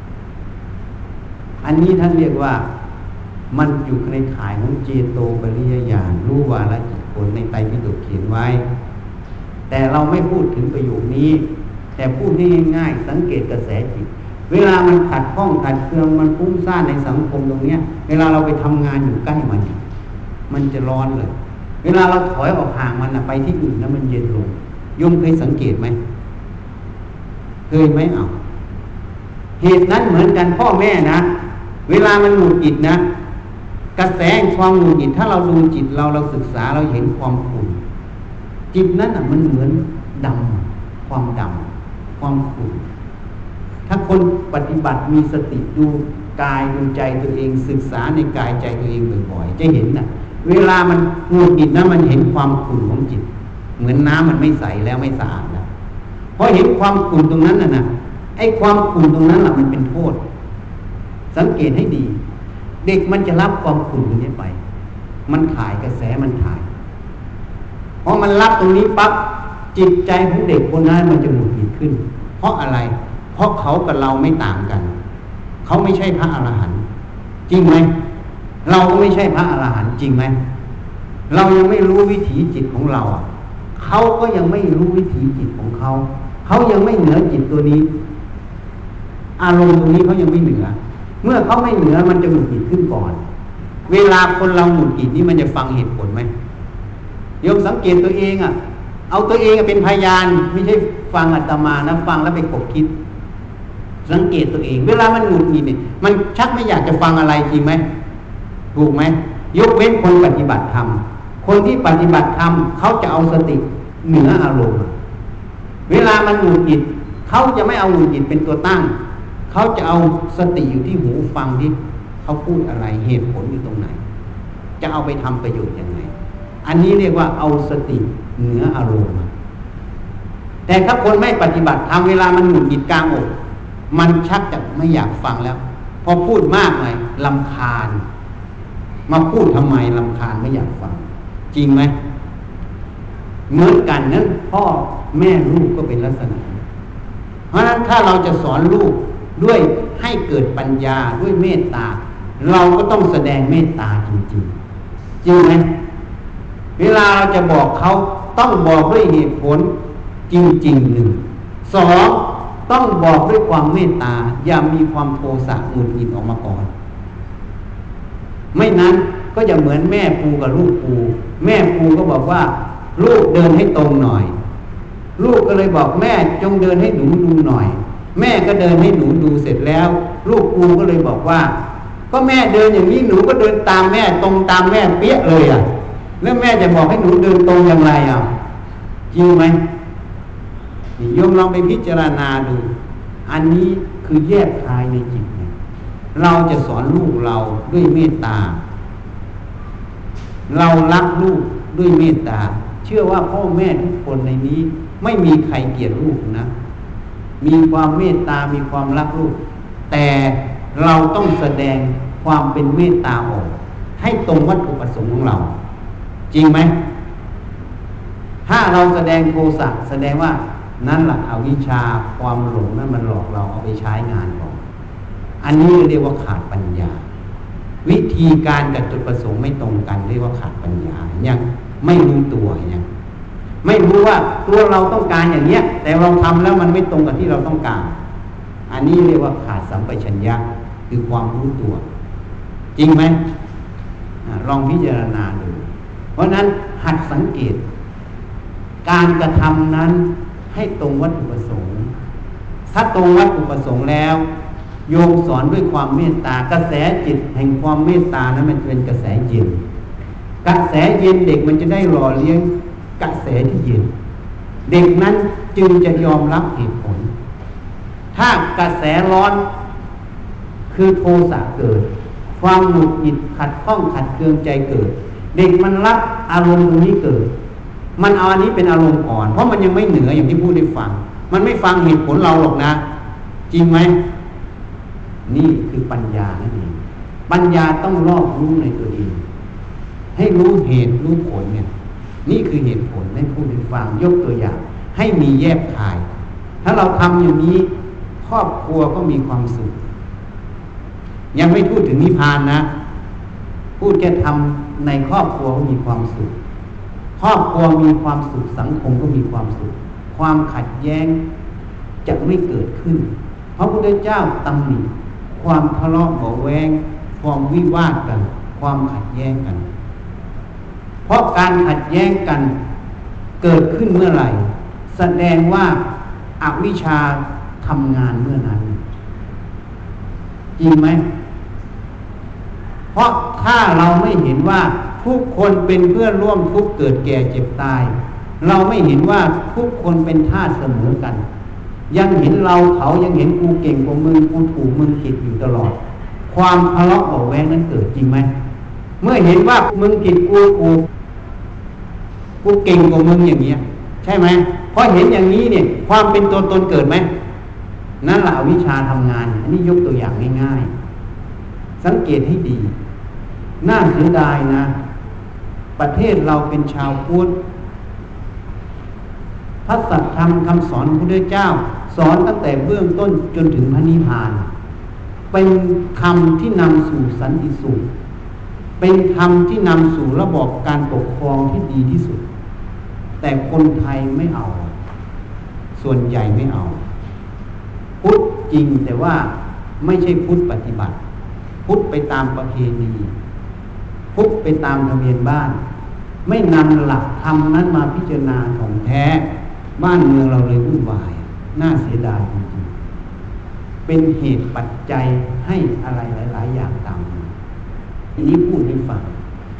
A: อันนี้ท่านเรียกว่ามันอยู่ในข่ายของเจโตปริยญาณรู้วาระจิตผลในไตรปิฎกเขียนไว้แต่เราไม่พูดถึงประโยคนี้แต่พูดง่ายๆสังเกตกระแสจิตเวลามันขัดข้องขัดเคืองมันฟุ้งซ่านในสังคมตรงนี้เวลาเราไปทำงานอยู่ใกล้มันมันจะร้อนเลยเวลาเราถอยออกห่างมันไปที่อื่นแล้วมันเย็นลงโยมเคยสังเกตไหมเคยไหมเอาเหตุนั้นเหมือนกันพ่อแม่นะเวลามันหงุดหงิดนะกระแสความหงุดหงิดถ้าเราดูจิตเราเราศึกษาเราเห็นความขุ่นจิตนั้นอ่ะมันเหมือนดำความดำความขุ่นถ้าคนปฏิบัติมีสติดูกายดูใจตัวเองศึกษาในกายใจตัวเองบ่อยๆจะเห็นนะเวลามันหงุดหงิดนะมันเห็นความขุ่นของจิตเหมือนน้ำมันไม่ใสแล้วไม่สะอาดแล้วพอเห็นความขุ่นตรงนั้นน่ะนะไอ้ความขุ่นตรงนั้นแหละมันเป็นโทษสังเกตให้ดีเด็กมันจะรับความขุ่นตรงนี้ไปมันถ่ายกระแสมันถ่ายพอมันรับตรงนี้ปั๊บจิตใจของเด็กคนนั้นมันจะหงุดหงิดขึ้นเพราะอะไรเพราะเขากับเราไม่ต่างกันเขาไม่ใช่พระอรหันต์จริงไหมเราก็ไม่ใช่พระอรหันต์จริงไหมเรายังไม่รู้วิถีจิตของเราอ่ะเขาก็ยังไม่รู้วิถีจิตของเขาเขายังไม่เหนือจิตตัวนี้อารมณ์ตรงนี้เขายังไม่เหนือเมื่อเขาไม่เหนือมันจะหงุดหงิดขึ้นก่อนเวลาคนเราหงุดหงิดนี่มันจะฟังเหตุผลไหมโยมสังเกตตัวเองอ่ะเอาตัวเองเป็นพยานไม่ใช่ฟังอาตมานะฟังแล้วไปกบคิดสังเกตตัวเองเวลามันหงุดหงิดเนี่ยมันชักไม่อยากจะฟังอะไรจริงไหมถูกไหมยกเว้นคนปฏิบัติธรรมคนที่ปฏิบัติธรรมเขาจะเอาสติเหนืออารมณ์เวลามันหงุดหงิดเขาจะไม่เอาหงุดหงิดเป็นตัวตั้งเขาจะเอาสติอยู่ที่หูฟังที่เขาพูดอะไรเหตุผลอยู่ตรงไหนจะเอาไปทำประโยชน์ยังไงอันนี้เรียกว่าเอาสติเหนืออารมณ์แต่ถ้าคนไม่ปฏิบัติทำเวลามันหงุดหงิดกลางอกมันชักจะไม่อยากฟังแล้วพอพูดมากเลยรำคาญมาพูดทำไมรำคาญไม่อยากฟังจริงไหมเหมือนกันนั้นพ่อแม่ลูกก็เป็นลักษณะเพราะฉะนั้นถ้าเราจะสอนลูกด้วยให้เกิดปัญญาด้วยเมตตาเราก็ต้องแสดงเมตตาจริงๆจริงไหมเวลาเราจะบอกเขาต้องบอกด้วยเหตุผลจริงๆหนึ่งสองต้องบอกด้วยความเมตตาอย่ามีความโทสะหงุดหงิดออกมาก่อนไม่นั้นก็จะเหมือนแม่ปูกับลูกปูแม่ปูก็บอกว่าลูกเดินให้ตรงหน่อยลูกก็เลยบอกแม่จงเดินให้หนูดูหน่อยแม่ก็เดินให้หนูดูเสร็จแล้วลูกปูก็เลยบอกว่าก็แม่เดินอย่างนี้หนูก็เดินตามแม่ตรงตามแม่เปี้ยเลยอ่ะแล้วแม่จะบอกให้หนูเดินตรงอย่างไรอ่ะจริงไหมโยมลองไปพิจารณาดูอันนี้คือแยกคายในจิตเนี่ยเราจะสอนลูกเราด้วยเมตตาเรารักลูกด้วยเมตตาเชื่อว่าพ่อแม่ทุกคนในนี้ไม่มีใครเกลียดลูกนะมีความเมตตามีความรักลูกแต่เราต้องแสดงความเป็นเมตตาออกให้ตรงวัตถุประสงค์ของเราจริงไหมถ้าเราแสดงโทสะแสดงว่านั่นแหละอวิชชาความหลงนั่นมันหลอกเราเอาไปใช้งานก่อนอันนี้เรียกว่าขาดปัญญาวิธีการกับจุดประสงค์ไม่ตรงกันเรียกว่าขาดปัญญาอย่างไม่รู้ตัวอย่างไม่รู้ว่าตัวเราต้องการอย่างเนี้ยแต่เราทำแล้วมันไม่ตรงกับที่เราต้องการอันนี้เรียกว่าขาดสัมปชัญญะคือความรู้ตัวจริงไหมลองพิจารณาดูเพราะนั้นหัดสังเกตการกระทำนั้นให้ตรงวัตถุประสงค์ถ้าตรงวัตถุประสงค์แล้วโยมสอนด้วยความเมตตากระแสจิตแห่งความเมตตานั้นมันเป็นกระแสเย็นกระแสเย็นเด็กมันจะได้หล่อเลี้ยงกระแสที่เย็นเด็กนั้นจึงจะยอมรับเหตุผลถ้ากระแสร้อนคือโทสะเกิดความหงุดหงิดขัดข้องขัดเคืองใจเกิดเด็กมันรับอารมณ์ตรงนี้เกิดมันเอาอันนี้เป็นอารมณ์อ่อนเพราะมันยังไม่เหนืออย่างที่พูดได้ฟังมันไม่ฟังเหตุผลเราหรอกนะจริงไหมนี่คือปัญญานั่นเองปัญญาต้องรอบรู้ในตัวเองให้รู้เหตุรู้ผลเนี่ยนี่คือเหตุผลให้พูดให้ฟังยกตัวอย่างให้มีแยบคายถ้าเราทำอย่างนี้ครอบครัวก็มีความสุขยังไม่พูดถึงนิพพานนะพูดแค่ทำในครอบครัวก็มีความสุขครอบครัวมีความสุขสังคมก็มีความสุขความขัดแย้งจะไม่เกิดขึ้นพระพุทธเจ้าตำหนิความทะเลาะเบาะแว้งความวิวาทกันความขัดแย้งกันเพราะการขัดแย้งกันเกิดขึ้นเมื่อไหร่แสดงว่าอวิชชาทำงานเมื่อนั้นจริงไหมเพราะถ้าเราไม่เห็นว่าทุกคนเป็นเพื่อนร่วมทุกข์เกิดแก่เจ็บตายเราไม่เห็นว่าทุกคนเป็นธาตุเสมอกันยังเห็นเราเขายังเห็นกูเก่งกว่ามึงกูถูกมึงผิดอยู่ตลอดความทะเลาะเบาะแว้งนั้นเกิดจริงไหมเมื่อเห็นว่ามึงผิดกูกูกูเก่งกว่ามึงอย่างเงี้ยใช่ไหมพอเห็นอย่างนี้เนี่ยความเป็นตัวตนเกิดไหมนั่นแหละอวิชชาทำงานอันนี้ยกตัวอย่างง่ายๆสังเกตให้ดีน่าเสียดายนะประเทศเราเป็นชาวพุทธพระสัจธรรมคำสอนของพระพุทธเจ้าสอนตั้งแต่เบื้องต้นจนถึงพระนิพพานเป็นคำที่นำสู่สันติสุขเป็นคำที่นำสู่ระบอบการปกครองที่ดีที่สุดแต่คนไทยไม่เอาส่วนใหญ่ไม่เอาพุทธจริงแต่ว่าไม่ใช่พุทธปฏิบัติพุทธไปตามประเพณีพุทธไปตามทะเบียนบ้านไม่นำหลักธรรมนั้นมาพิจารณาของแท้บ้านเมืองเราเลยวุ่นวายน่าเสียดายจริงๆเป็นเหตุปัจจัยให้อะไรหลายๆอย่างตามมาทีนี้พูดให้ฟัง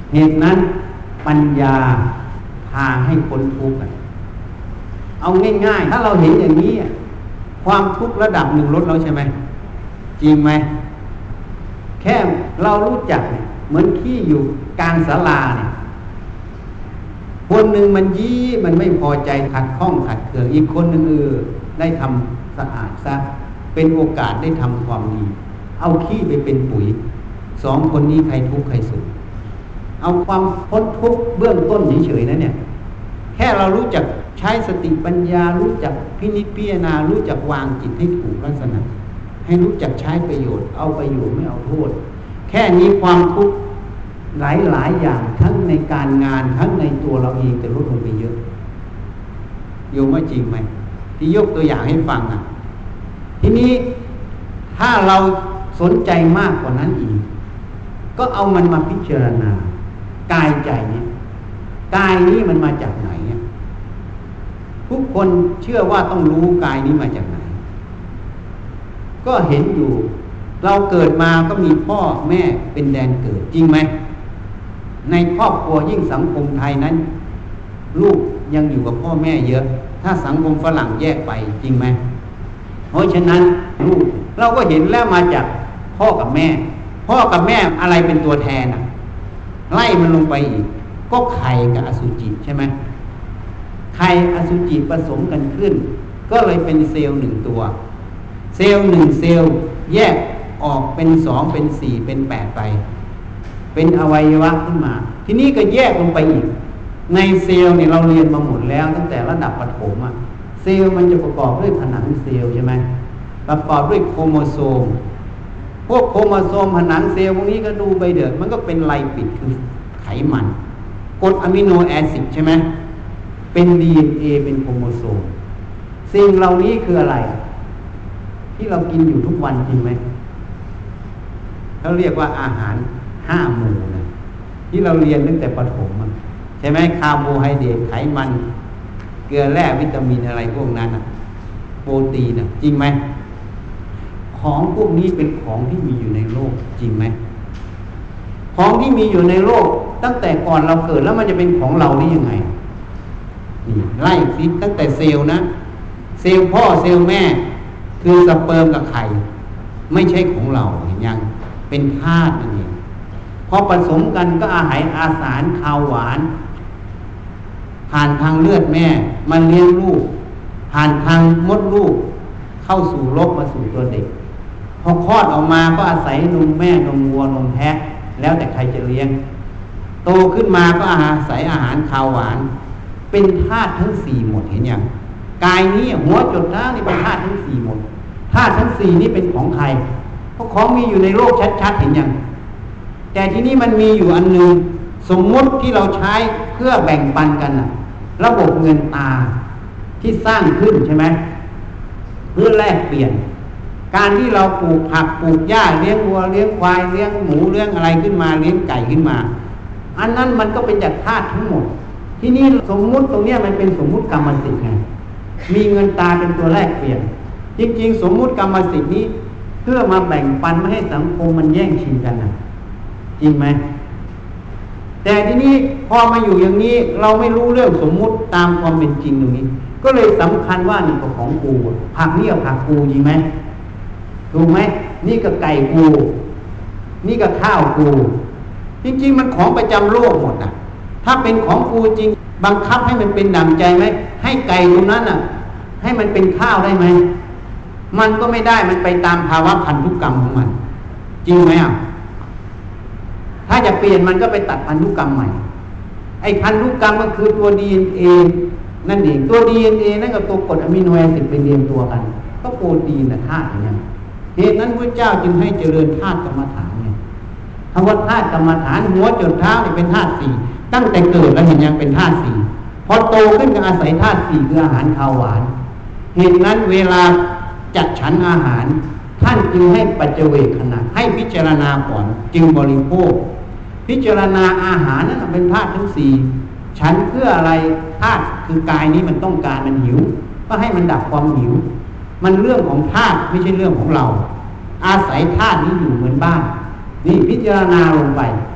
A: เหตุนั้นปัญญาพาให้พ้นทุกข์เอาง่ายๆถ้าเราเห็นอย่างนี้ความทุกข์ระดับหนึ่งลดแล้วใช่ไหมจริงไหมแค่เรารู้จักเนี่ยเหมือนขี้อยู่กลางศาลาเนี่ยคนหนึ่งมันยี่มันไม่พอใจขัดข้องขัดเคืองอีกคนหนึ่งเออได้ทำสะอาดซะเป็นโอกาสได้ทำความดีเอาขี้ไปเป็นปุ๋ยสองคนนี้ใครทุกข์ใครสุขเอาความพ้นทุกข์เบื้องต้นเฉยๆนะเนี่ยแค่เรารู้จักใช้สติปัญญารู้จักพินิจพิจารณารู้จักวางจิตให้ถูกลักษณะให้รู้จักใช้ประโยชน์เอาประโยชน์ไม่เอาโทษแค่นี้ความทุกข์หลายๆอย่างทั้งในการงานทั้งในตัวเราเองจะลดลงไปเยอะโยมว่าจริงไหมที่ยกตัวอย่างให้ฟังอ่ะทีนี้ถ้าเราสนใจมากกว่านั้นอีกก็เอามันมาพิจารณากายใจนี้กายนี้มันมาจากไหนเนี่ยทุกคนเชื่อว่าต้องรู้กายนี้มาจากไหนก็เห็นอยู่เราเกิดมาก็มีพ่อแม่เป็นแดนเกิดจริงไหมในครอบครัวยิ่งสังคมไทยนั้นลูกยังอยู่กับพ่อแม่เยอะถ้าสังคมฝรั่งแยกไปจริงไหมเพราะฉะนั้นลูกเราก็เห็นแล้วมาจากพ่อกับแม่พ่อกับแม่อะไรเป็นตัวแทนอ่ะไล่มันลงไปอีกก็ไข่กับอสุจิใช่ไหมไข่อสุจิผสมกันขึ้นก็เลยเป็นเซลล์หนึ่งตัวเซลล์หนึ่งเซลล์แยกออกเป็นสองเป็นสี่เป็นแปดไปเป็นอวัยวะขึ้นมาทีนี้ก็แยกลงไปอีกในเซลล์เนี่ยเราเรียนมาหมดแล้วตั้งแต่ระดับปฐมอ่ะเซลล์มันจะประกอบด้วยผนังเซลล์ใช่ไหมประกอบด้วยโครโมโซมพวกโครโมโซมผนังเซลล์พวกนี้ก็ดูไปเดือดมันก็เป็นไลปิดคือไขมันกรดอะมิโนแอซิดใช่ไหมเป็น ดี เอ็น เอ เป็นโครโมโซมสิ่งเหล่านี้คืออะไรที่เรากินอยู่ทุกวันจริงไหมเขาเรียกว่าอาหารห้าหมู่นะที่เราเรียนตั้งแต่ประถมใช่ไหมคาร์โบไฮเดรตไขมันเกลือแร่วิตามินอะไรพวกนั้นอ่ะโปรตีนอ่ะจริงไหมของพวกนี้เป็นของที่มีอยู่ในโลกจริงไหมของที่มีอยู่ในโลกตั้งแต่ก่อนเราเกิดแล้วมันจะเป็นของเราได้ยังไงนี่ไล่ซิตั้งแต่เซลล์นะเซลล์พ่อเซลล์แม่คือสเปิร์มกับไข่ไม่ใช่ของเราเห็นยังเป็นธาตุนั่นเองพอผสมกันก็อาหารอาสารคาวหวานผ่านทางเลือดแม่มันเลี้ยงลูกผ่านทางมดลูกเข้าสู่รกมาสู่ตัวเด็กพอคลอดออกมาก็อาศัยนมแม่นมวัวนมแพะแล้วแต่ใครจะเลี้ยงโตขึ้นมาก็อาศัยอาหารคาวหวานเป็นธาตุทั้งสี่หมดเห็นยังกายนี้หัวจดเท้านี่เป็นธาตุทั้งสี่หมดธาตุทั้งสี่นี่เป็นของใครเพราะของมีอยู่ในโลกชัดๆเห็นยังแต่ที่นี่มันมีอยู่อันนึงสมมุติที่เราใช้เพื่อแบ่งปันกันนะระบบเงินตาที่สร้างขึ้นใช่ไหมเพื่อแลกเปลี่ยนการที่เราปลูกผักปลูกหญ้าเลี้ยงวัวเลี้ยงควายเลี้ยงหมูเลี้ยงอะไรขึ้นมาเลี้ยงไก่ขึ้นมาอันนั้นมันก็เป็นจากธาตุทั้งหมดที่นี่สมมุติตรงนี้มันเป็นสมมุติกรรมสิทธิ์ไงมีเงินตาเป็นตัวแลกเปลี่ยนจริงๆสมมุติกรรมสิทธิ์นี้เพื่อมาแบ่งปันไม่ให้สังคมมันแย่งชิงกันนะจริงไหมแต่ทีนี้พอมาอยู่อย่างนี้เราไม่รู้เรื่องสมมุติตามความเป็นจริงตรงนี้ก็เลยสำคัญว่านี่ก็ของกูผักนี่กับผักกูจริงไหมถูกไหมนี่ก็ไก่กูนี่ก็ข้าวกูจริงๆมันของประจำโลกหมดอ่ะถ้าเป็นของกูจริงบังคับให้มันเป็นดั่งใจไหมให้ไก่ตรงนั้นอ่ะให้มันเป็นข้าวได้ไหมมันก็ไม่ได้มันไปตามภาวะพันธุกรรมของมันจริงไหมอ่ะถ้าจะเปลี่ยนมันก็ไปตัดพันธุกรรมใหม่ไอ้พันธุกรรมก็คือตัว ดี เอ็น เอ นั่นเองตัว ดี เอ็น เอ นั่นกับตัวกรดอะมิโนแอซิดเป็นเรียงตัวกันก็โปรตีนนะธาตุอย่างนี้เหตุนั้นพระเจ้าจึงให้เจริญธาตุกรรมฐานไงคำว่าธาตุกรรมฐานหัวจนเท้านี่เป็นธาตุสี่ตั้งแต่เกิดแล้วเห็นยังเป็นธาตุสี่พอโตขึ้นก็อาศัยธาตุสี่คืออาหารคาวหวานเหตุนั้นเวลาจัดฉันอาหารท่านจึงให้ปัจเจเวคขณะให้พิจารณาก่อนจึงบริโภคพิจารณาอาหารนั้นเป็นธาตุทั้งสี่ฉันเพื่ออะไรธาตุคือกายนี้มันต้องการมันหิวก็ให้มันดับความหิวมันเรื่องของธาตุไม่ใช่เรื่องของเราอาศัยธาตุนี้อยู่เหมือนบ้านนี่พิจารณาลงไป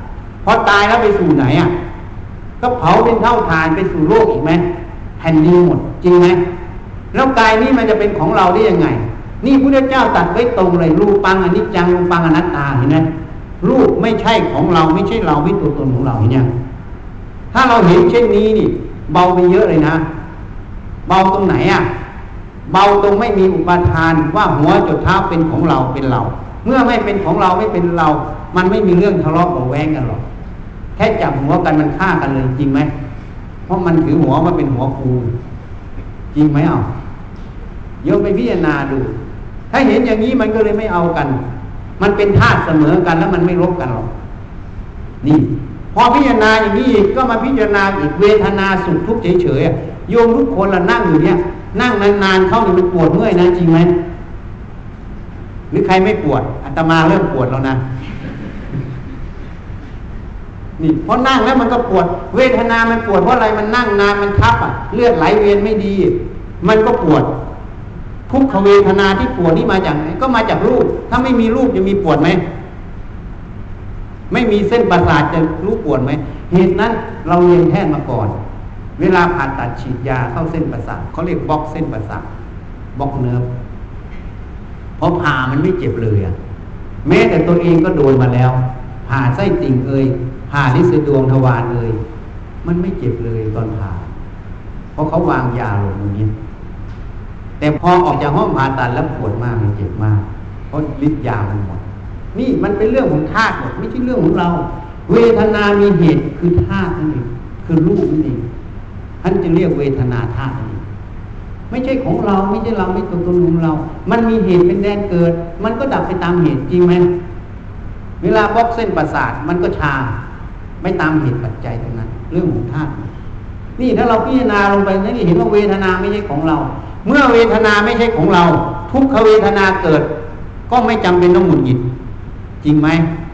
A: พอตายแล้วไปสู่ไหนอ่ะก็เผาเป็นเท่าฐานไปสู่โลกอีกไหมแผ่นดินหมดจริงไหมแล้วกายนี้มันจะเป็นของเราได้ยังไงนี่พุทธเจ้าตรัสไว้ตรงเลยรูปังอนิจจังรูปังอนัตตาเห็นไหมรูปไม่ใช่ของเราไม่ใช่เราไม่ตัวตนของเราเห็นยังถ้าเราเห็นเช่นนี้นี่เบาไปเยอะเลยนะเบาตรงไหนอ่ะเบาตรงไม่มีอุปาทานว่าหัวจดเท้าเป็นของเราเป็นเราเมื่อไม่เป็นของเราไม่เป็นเรามันไม่มีเรื่องทะเลาะเบาแวงกันหรอกแค่จับหัวกันมันฆ่ากันเลยจริงไหมเพราะมันถือหัวมาเป็นหัวกูจริงไหมเอาโยมไปพิจารณาดูถ้าเห็นอย่างนี้มันก็เลยไม่เอากันมันเป็นธาตุเสมอกันแล้วมันไม่รบกันหรอกนี่พอพิจารณาอย่างนี้อีกก็มาพิจารณาอีกเวทนาสุขทุกข์เฉยๆโยมทุกคนละนั่งอยู่เนี่ยนั่งนานๆเข้านี่มันปวดเมื่อยนะจริงไหมหรือใครไม่ปวดอาตมาเริ่มปวดแล้วนะนี่เพราะนั่งแล้วมันก็ปวดเวทนามันปวดเพราะอะไรมันนั่งนานมันทับอ่ะเลือดไหลเวียนไม่ดีมันก็ปวดทุกขเวทนาที่ปวดนี่มาจากไหนก็มาจากรูปถ้าไม่มีรูปจะมีปวดไหมไม่มีเส้นประสาทจะรู้ปวดไหมเหตุนั้นเราเรียนแพทย์มาก่อนเวลาผ่าตัดฉีดยาเข้าเส้นประสาทเขาเรียกบล็อกเส้นประสาทบล็อกเนิร์ฟเพราะผ่ามันไม่เจ็บเลยอ่ะแม้แต่ตัวเองก็โดนมาแล้วผ่าไส้ติ่งเอ่ยผ่าที่สะดวงทวารเอ่ยมันไม่เจ็บเลยตอนผ่าเพราะเขาวางยาลงตรงนี้แต่พอออกจากห้องผ่าตัดแล้วปวดมากมันเจ็บมากเพราะฤทธิ์ยามันหมดนี่มันเป็นเรื่องของธาตุหมดไม่ใช่เรื่องของเราเวทนามีเหตุคือธาตุนั่นเองคือรูปนั่นเองท่านจะเรียกเวทนาธาตุนั่นเองไม่ใช่ของเราไม่ใช่เราไม่ตัวตนของเรามันมีเหตุเป็นแดนเกิดมันก็ดับไปตามเหตุจริงไหมเวลาบล็อกเส้นประสาทมันก็ชาไม่ตามเหตุปัจจัยตรงนั้นเรื่องของธาตุนี่ถ้าเราพิจารณาลงไปนั่นเห็นว่าเวทนาไม่ใช่ของเราเมื่อเวทนาไม่ใช่ของเราทุกขเวทนาเกิดก็ไม่จำเป็นต้องหงุดหงิดจริงไหม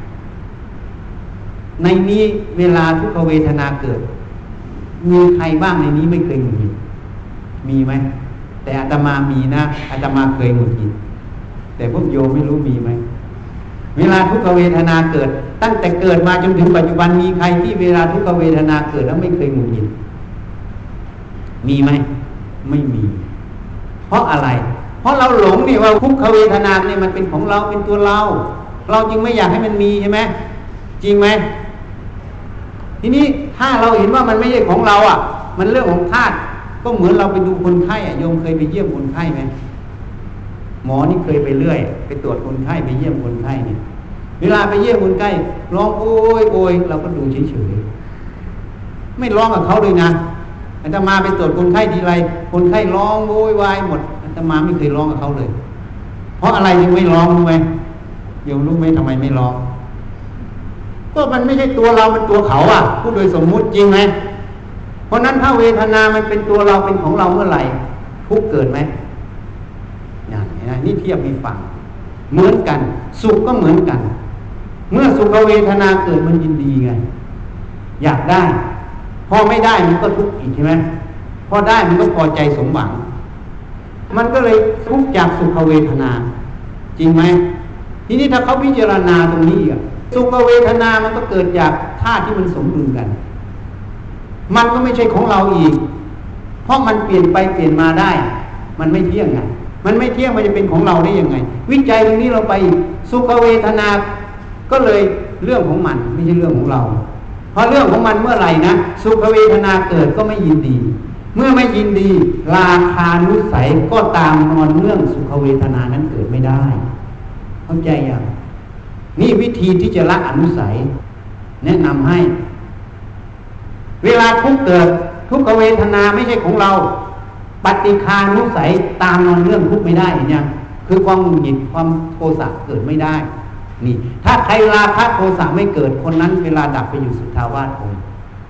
A: ในนี้เวลาทุกขเวทนาเกิดมีใครบ้างในนี้ไม่เคยหงุดหงิดมีไหมแต่อาตมามีนะอาตมาเคยหงุดหงิดแต่พวกโยมไม่รู้มีไหมเวลาทุกขเวทนาเกิดตั้งแต่เกิดมาจนถึงปัจจุบันมีใครที่เวลาทุกขเวทนาเกิดแล้วไม่เคยหงุดหงิดมีไหมไม่มีเพราะอะไรเพราะเราหลงนี่ว่าทุกขเวทนาเนี่ยมันเป็นของเราเป็นตัวเราเราจึงไม่อยากให้มันมีใช่ไหมจริงไหมทีนี้ถ้าเราเห็นว่ามันไม่ใช่ของเราอ่ะมันเรื่องของธาตุก็เหมือนเราไปดูคนไข้อ่ะโยมเคยไปเยี่ยมคนไข้ไหมหมอนี่เคยไปเรื่อยไปตรวจคนไข้ไปเยี่ยมคนไข้เนี่ยเวลาไปเยี่ยมคนไข้ร้องโอยโอยเราก็ดูเฉยๆไม่ร้องกับเขาเลยนะอาตมาไปตรวจคนไข้ทีไรคนไข้ร้องโวยวายหมดอาตมาไม่เคยร้องกับเขาเลยเพราะอะไรยังไม่ร้องรู้ไหมโยมรู้ไหมทำไมไม่ร้องก็มันไม่ใช่ตัวเราเป็นตัวเขาอ่ะพูดโดยสมมุติจริงไหมเพราะนั้นถ้าเวทนามันเป็นตัวเราเป็นของเราเมื่อไหร่ทุกข์เกิดไหมอย่างนี้นะนี่เทียบให้ฟังเหมือนกันสุขก็เหมือนกันเมื่อสุขเวทนาเกิดมันยินดีไงอยากได้พอไม่ได้มันก็ทุกข์อีกใช่ไหมพอได้มันก็พอใจสมหวังมันก็เลยทุกข์จากสุขเวทนาจริงไหมทีนี้ถ้าเขาพิจารณาตรงนี้อ่ะสุขเวทนามันก็เกิดจากธาตุที่มันสมดุลกันมันก็ไม่ใช่ของเราอีกเพราะมันเปลี่ยนไปเปลี่ยนมาได้มันไม่เที่ยงไงมันไม่เที่ยงมันจะเป็นของเราได้ยังไงวิจัยตรงนี้เราไปสุขเวทนาก็เลยเรื่องของมันไม่ใช่เรื่องของเราเพราะเรื่องของมันเมื่อไหร่นะสุขเวทนาเกิดก็ไม่ยินดีเมื่อไม่ยินดีราคานุสัยก็ตามนอนเรื่องสุขเวทนานั้นเกิดไม่ได้เข้าใจยังนี่วิธีที่จะละอนุสัยแนะนำให้เวลาทุกข์เกิดทุกขเวทนาไม่ใช่ของเราปฏิฆานุสัยตามนอนเรื่องทุกข์ไม่ได้เนี่ยคือความหงุดหงิดความโทสะเกิดไม่ได้นี่ถ้าใครราคะโทสะไม่เกิดคนนั้นเวลาดับไปอยู่สุทธาวาสองค์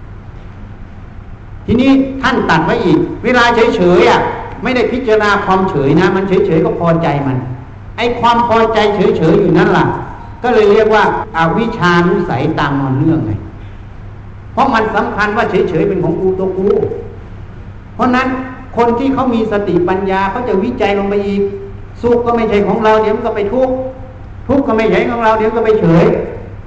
A: ทีนี้ท่านตัดไว้อีกเวลาเฉยๆอ่ะไม่ได้พิจารณาความเฉยนะมันเฉยๆก็พอใจมันไอ้ความพอใจเฉยๆอยู่นั่นล่ะก็เลยเรียกว่าอวิชชานุสัยตามนอนเรื่องไงเพราะมันสำคัญว่าเฉยๆเป็นของกูตัวกูเพราะนั้นคนที่เขามีสติปัญญาเขาจะวิจัยลงไปอีกสุขก็ไม่ใช่ของเราเดี๋ยวมันก็ไปทุกข์ทุกข์ก็ไม่ใช่ของเราเดี๋ยวก็ไปเฉย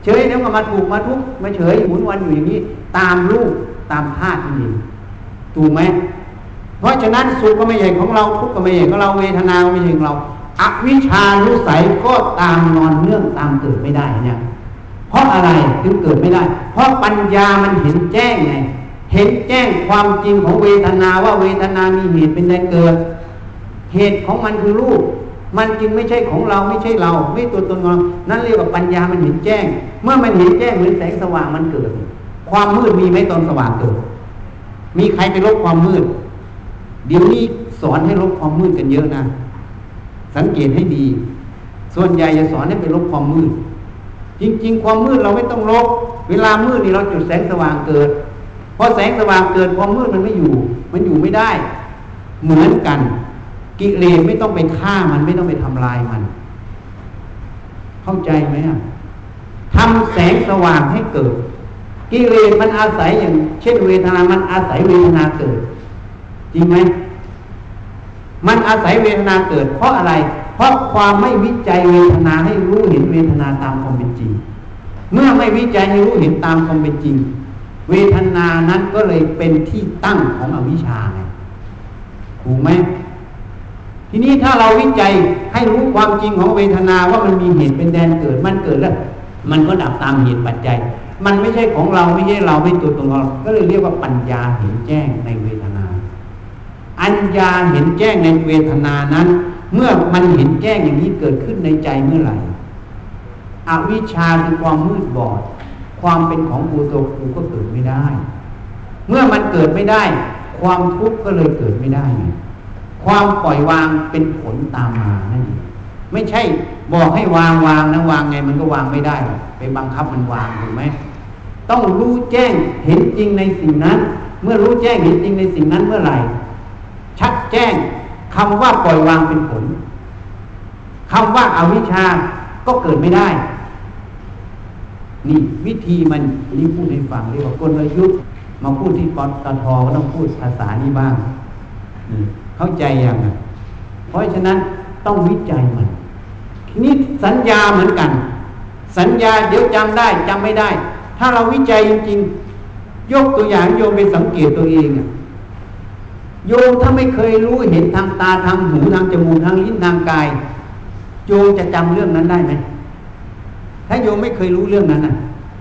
A: เฉยแล้วก็มาถูกมาทุกข์มาเฉยหมุนวันอยู่อย่างนี้ตามรูปตามธาตุนี่ถูกไหมเพราะฉะนั้นสุขก็ไม่ใช่ของเราทุกข์ก็ไม่ใช่ของเราเวทนาก็ไม่ใช่ของเราอวิชชานุสัยก็ตามนอนเนื่องตามเกิดไม่ได้เนี่ยเพราะอะไรถึงเกิดไม่ได้เพราะปัญญามันเห็นแจ้งไงเห็นแจ้งความจริงของเวทนาว่าเวทนามีเหตุเป็นแดนเกิดเหตุของมันคือรูปมันจึงไม่ใช่ของเราไม่ใช่เราไม่ตัวตนของเรานั่นเรียกว่าปัญญามันเห็นแจ้งเมื่อมันเห็นแจ้งเหมือนแสงสว่างมันเกิดความมืดมีไหมตอนสว่างเกิดมีใครไปลบความมืดเดี๋ยวนี้สอนให้ลบความมืดกันเยอะนะสังเกตให้ดีส่วนใหญ่จะสอนให้ไปลบความมืดจริงๆความมืดเราไม่ต้องลบเวลามืดนี่เราจุดแสงสว่างเกิดพอแสงสว่างเกิดความมืดมันไม่อยู่มันอยู่ไม่ได้เหมือนกันกิเลสไม่ต้องไปฆ่ามันไม่ต้องไปทำลายมันเข้าใจไหมอ่ะทำแสงสว่างให้เกิดกิเลสมันอาศัยอย่างเช่นเวทนามันอาศัยเวทนาเกิดจริงไหมมันอาศัยเวทนาเกิดเพราะอะไรเพราะความไม่วิจัยเวทนาให้รู้เห็นเวทนาตามความเป็นจริงเมื่อไม่วิจัยให้รู้เห็นตามความเป็นจริงเวทนานั้นก็เลยเป็นที่ตั้งของอวิชชาไงถูกไหมทีนี้ถ้าเราวิจัยให้รู้ความจริงของเวทนาว่ามันมีเหตุเป็นแดนเกิดมันเกิดแล้วมันก็ดับตามเหตุปัจจัยมันไม่ใช่ของเราไม่ใช่เราไม่ตัวตนของเราก็เลยเรียกว่าปัญญาเห็นแจ้งในเวทนาอัญญาเห็นแจ้งในเวทนานั้นเมื่อมันเห็นแจ้งอย่างนี้เกิดขึ้นในใจเมื่อไหร่อวิชชาคือความมืดบอดความเป็นของกูตัวกูก็เกิดไม่ได้เมื่อมันเกิดไม่ได้ความทุกข์ก็เลยเกิดไม่ได้ความปล่อยวางเป็นผลตามมานั่นเองไม่ใช่บอกให้วางวางนะวางไงมันก็วางไม่ได้ไปบังคับมันวางถูกไหมต้องรู้แจ้งเห็นจริงในสิ่งนั้นเมื่อรู้แจ้งเห็นจริงในสิ่งนั้นเมื่อไหร่ชัดแจ้งคำว่าปล่อยวางเป็นผลคำว่าอวิชชาก็เกิดไม่ได้นี่วิธีมันนี่พูดให้ฟังเรียกว่ากลยุทธ์มาพูดที่ปตทก็ต้องพูดภาษานี้บ้างเข้าใจยังไงเพราะฉะนั้นต้องวิจัยมันนี่สัญญาเหมือนกันสัญญาเดี๋ยวจำได้จำไม่ได้ถ้าเราวิจัยจริงๆยกตัวอย่างโยมไปสังเกตตัวเองอ่ะโยมถ้าไม่เคยรู้เห็นทางตาทางหูทางจมูกทางลิ้นทางกายโยมจะจำเรื่องนั้นได้ไหมถ้าโยมไม่เคยรู้เรื่องนั้นน่ะ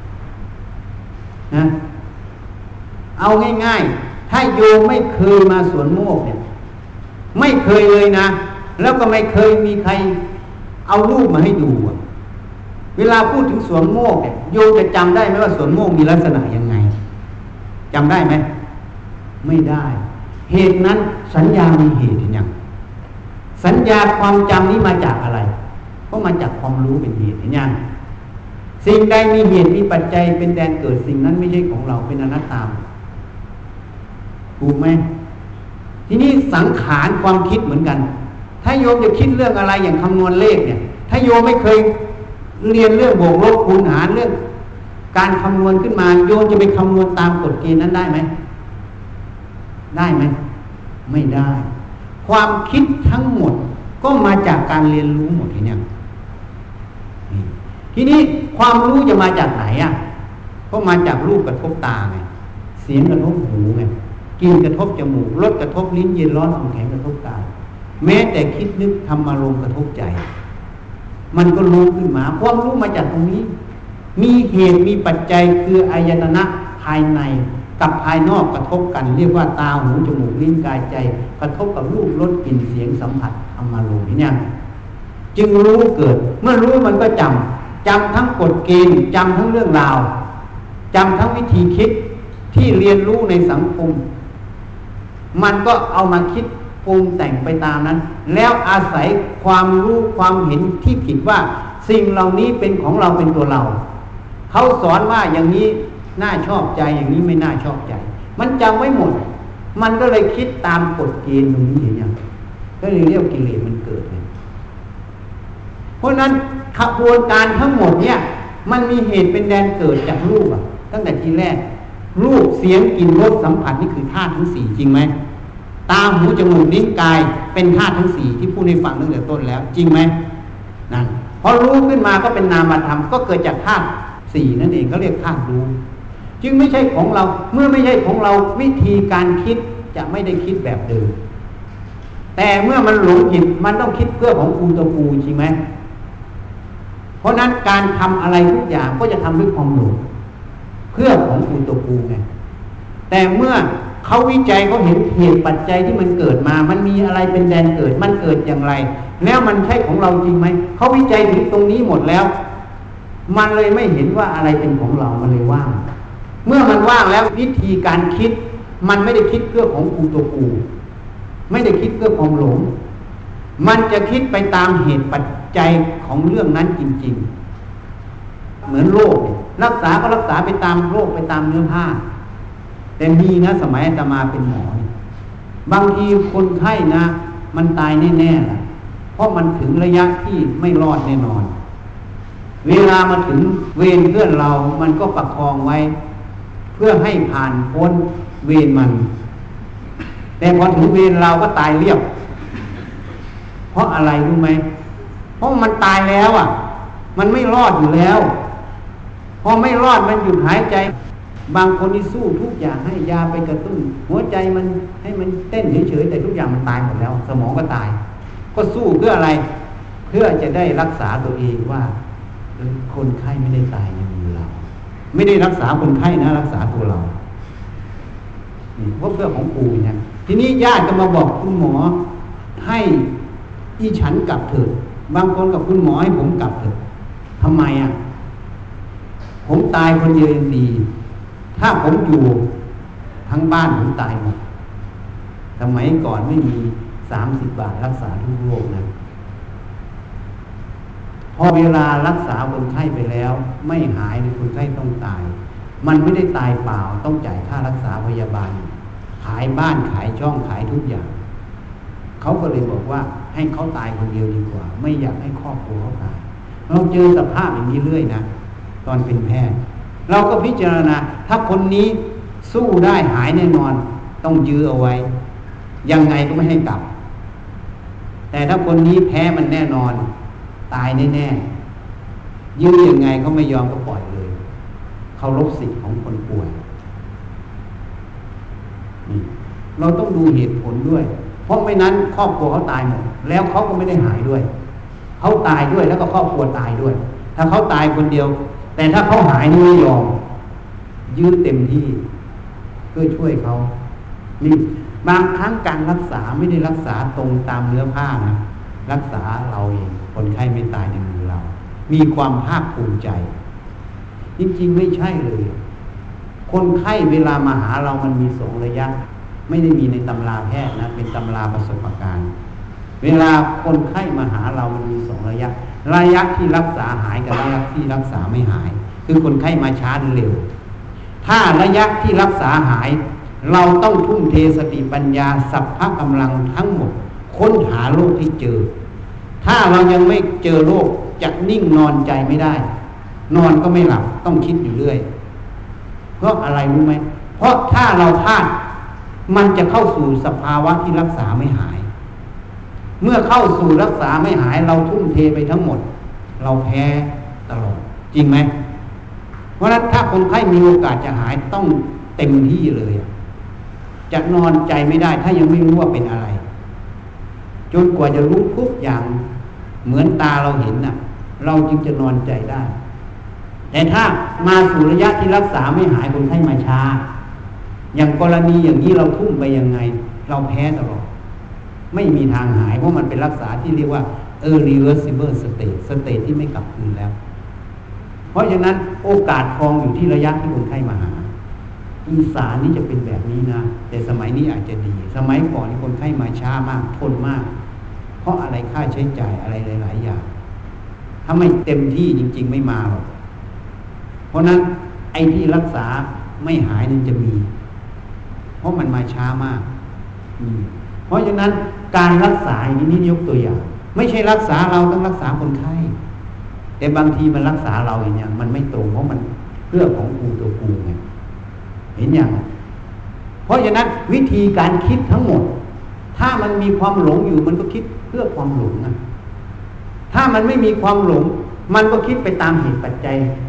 A: นะเอาง่ายๆถ้าโยมไม่เคยมาสวนโมกเนี่ยไม่เคยเลยนะแล้วก็ไม่เคยมีใครเอารูปมาให้ดูเวลาพูดถึงสวนโมกเนี่ยโยมจะจำได้ไหมว่าสวนโมกมีลักษณะยังไงจำได้ไหมไม่ได้เหตุนั้นสัญญามีเหตุอย่างสัญญาความจำนี้มาจากอะไรก็มาจากความรู้เป็นเหตุอย่างสิ่งใดมีเหตุมีปัจจัยเป็นแดนเกิดสิ่งนั้นไม่ใช่ของเราเป็นอนัตตาถูกไหมทีนี้สังขารความคิดเหมือนกันถ้าโยมจะคิดเรื่องอะไรอย่างคำนวณเลขเนี่ยถ้าโยมไม่เคยเรียนเรื่องบวกลบคูณหารเรื่องการคำนวณขึ้นมาโยมจะไปคำนวณตามกฎเกณฑ์นั้นได้ไหมได้ไหมไม่ได้ความคิดทั้งหมดก็มาจากการเรียนรู้หมดทีนี้ทีนี้ความรู้จะมาจากไหนอ่ะก็มาจากรูปกระทบตาไงเสียงกระทบหูไงกลิ่นกระทบจมูกรสกระทบลิ้นเย็นร้อนอ่อนแข็งกระทบกายแม้แต่คิดนึกทำอารมณ์กระทบใจมันก็รู้ขึ้นมาความรู้มาจากตรงนี้มีเหตุมีปัจจัยคืออายตนะภายในกับภายนอกกระทบกันเรียกว่าตาหูจมูกลิ้นกายใจกระทบกับรูปรสกลิ่นเสียงสัมผัสธรรมารมณ์เนี่ยจึงรู้เกิดเมื่อรู้มันก็จำจำทั้งกฎเกณฑ์จำทั้งเรื่องราวจำทั้งวิธีคิดที่เรียนรู้ในสังคมมันก็เอามาคิดปรุงแต่งไปตามนั้นแล้วอาศัยความรู้ความเห็นที่ผิดว่าสิ่งเหล่านี้เป็นของเราเป็นตัวเราเขาสอนว่าอย่างนี้น่าชอบใจอย่างนี้ไม่น่าชอบใจมันจำไว้หมดมันก็เลยคิดตามกฎเกณฑ์ตรงนี้อย่างนี้ก็เลยเรียกกิเลสมันเกิดเลยเพราะนั้นขบวนการทั้งหมดเนี่ยมันมีเหตุเป็นแดนเกิดจากรูปอ่ะตั้งแต่ทีแรกรูปเสียงกลิ่นรสสัมผัสนี่คือธาตุทั้งสี่จริงไหมตาหูจมูกลิ้นกายเป็นธาตุทั้งสี่ที่พูดให้ฟังตั้งแต่ต้นแล้วจริงไหมนั่นพอรู้ขึ้นมาก็เป็นนามธรรมก็เกิดจากธาตุสี่นั่นเองก็เรียกธาตุรู้จึงไม่ใช่ของเราเมื่อไม่ใช่ของเราวิธีการคิดจะไม่ได้คิดแบบเดิมแต่เมื่อมันหลงผิดมันต้องคิดเพื่อของกูตัวกูจริงไหมเพราะนั้นการทำอะไรทุกอย่างก็จะทำด้วยความหลงเพื่อของกูตัวกูไงแต่เมื่อเขาวิจัยเขาเห็นเหตุปัจจัยที่มันเกิดมามันมีอะไรเป็นแดนเกิดมันเกิดอย่างไรแล้วมันใช่ของเราจริงไหมเขาวิจัยถึงตรงนี้หมดแล้วมันเลยไม่เห็นว่าอะไรเป็นของเรามันเลยว่างเมื่อมันว่างแล้ววิธีการคิดมันไม่ได้คิดเพื่อของกูตัวกูไม่ได้คิดเพื่อความหลงมันจะคิดไปตามเหตุปัจจัยของเรื่องนั้นจริงๆเหมือนโรครักษาก็รักษาไปตามโรคไปตามเนื้อผ้าแต่มีนะสมัยอาตมาเป็นหมอบางทีคนไข้นะมันตายแน่ๆล่ะเพราะมันถึงระยะที่ไม่รอดแน่นอนเวลามาถึงเวรเพื่อนเรามันก็ประคองไว้เพื่อให้ผ่านพ้นเวรมันแต่พอถึงเวรเราก็ตายเรียบเพราะอะไรรู้ไหมเพราะมันตายแล้วอ่ะมันไม่รอดอยู่แล้วพอไม่รอดมันหยุดหายใจบางคนที่สู้ทุกอย่างให้ยาไปกระตุ้นหัวใจมันให้มันเต้นเฉยๆแต่ทุกอย่างมันตายหมดแล้วสมองก็ตายก็สู้เพื่ออะไรเพื่อจะได้รักษาตัวเองว่าคนไข้ไม่ได้ตายในมือเราไม่ได้รักษาคนไข้นะรักษาตัวเราเพราะเพื่อของกูเนี่ยทีนี้ญาติก็มาบอกคุณหมอให้อีฉันกลับเถิดบางคนกับคุณหมอให้ผมกลับเถิดทำไมอ่ะผมตายคนเดียวยังดีถ้าผมอยู่ทั้งบ้านผมตายหมดสมัยก่อนไม่มีสามสิบบาทรักษาทุกโรคนะพอเวลารักษาคนไข้ไปแล้วไม่หายหรือคนไข้ต้องตายมันไม่ได้ตายเปล่าต้องจ่ายค่ารักษาพยาบาลขายบ้านขายช่องขายทุกอย่างเขาก็เลยบอกว่าให้เขาตายคนเดียวดีกว่าไม่อยากให้ครอบครัวเขาตายเราเจอสภาพอย่างนี้เรื่อยนะตอนเป็นแพทย์เราก็พิจารณาถ้าคนนี้สู้ได้หายแน่นอนต้องยื้อเอาไว้ยังไงก็ไม่ให้กลับแต่ถ้าคนนี้แพ้มันแน่นอนตายแน่ๆยื้อยังไงเขาไม่ยอมก็ปล่อยเลยเคารพสิทธิ์ของคนป่วยเราต้องดูเหตุผลด้วยเพราะไม่นั้นครอบครัวเขาตายหมดแล้วเขาก็ไม่ได้หายด้วยเขาตายด้วยแล้วก็ครอบครัวตายด้วยถ้าเขาตายคนเดียวแต่ถ้าเขาหายนี่ไม่ยอมยื้อเต็มที่เพื่อช่วยเขานี่บางครั้งการรักษาไม่ได้รักษาตรงตามเนื้อผ้านะรักษาเราเองคนไข้ไม่ตายในมือเรามีความภาคภูมิใจจริงๆไม่ใช่เลยคนไข้เวลามาหาเรามันมีสองระยะไม่ได้มีในตำราแพทย์นะเป็นตำราประสบการณ์เวลาคนไข้มาหาเรามันมีสองระยะระยะที่รักษาหายกับระยะที่รักษาไม่หายคือคนไข้มาช้าหรือเร็วถ้าระยะที่รักษาหายเราต้องทุ่มเทสติปัญญาสัพพะกำลังทั้งหมดค้นหาโรคที่เจอถ้าเรายังไม่เจอโรคจะนิ่งนอนใจไม่ได้นอนก็ไม่หลับต้องคิดอยู่เรื่อยเพราะอะไรรู้ไหมเพราะถ้าเราพลาดมันจะเข้าสู่สภาวะที่รักษาไม่หายเมื่อเข้าสู่รักษาไม่หายเราทุ่มเทไปทั้งหมดเราแพ้ตลอดจริงไหมเพราะฉะนั้นถ้าคนไข้มีโอกาสจะหายต้องเต็มที่เลยจะนอนใจไม่ได้ถ้ายังไม่รู้ว่าเป็นอะไรจนกว่าจะรู้ทุกอย่างเหมือนตาเราเห็นน่ะเราจึงจะนอนใจได้แต่ถ้ามาสู่ระยะที่รักษาไม่หายคนไข้มาช้าอย่างกรณีอย่างนี้เราทุ่มไปยังไงเราแพ้ตลอดไม่มีทางหายเพราะมันเป็นรักษาที่เรียกว่า irreversible state state ที่ไม่กลับคืนแล้วเพราะฉะนั้นโอกาสทองอยู่ที่ระยะที่คนไข้มาหาอีสานนี่จะเป็นแบบนี้นะแต่สมัยนี้อาจจะดีสมัยก่อนนี่คนไข้มาช้ามากทนมากเพราะอะไรค่าใช้จ่ายอะไรหลายๆอย่างถ้าไม่เต็มที่จริงๆไม่มาหรอกเพราะนั้นไอ้ที่รักษาไม่หายนี่จะมีเพราะมันมาช้ามากเพราะฉะนั้นการรักษาอย่างนี้ยกตัวอย่างไม่ใช่รักษาเราต้องรักษาคนไข้แต่บางทีมันรักษาเราอย่างนี้มันไม่ตรงเพราะมันเพื่อของกูตัวกูไงเห็นอย่างเพราะฉะนั้นวิธีการคิดทั้งหมดถ้ามันมีความหลงอยู่มันก็คิดเพื่อความหลงนะถ้ามันไม่มีความหลงมันก็คิดไปตามเหตุปัจจัย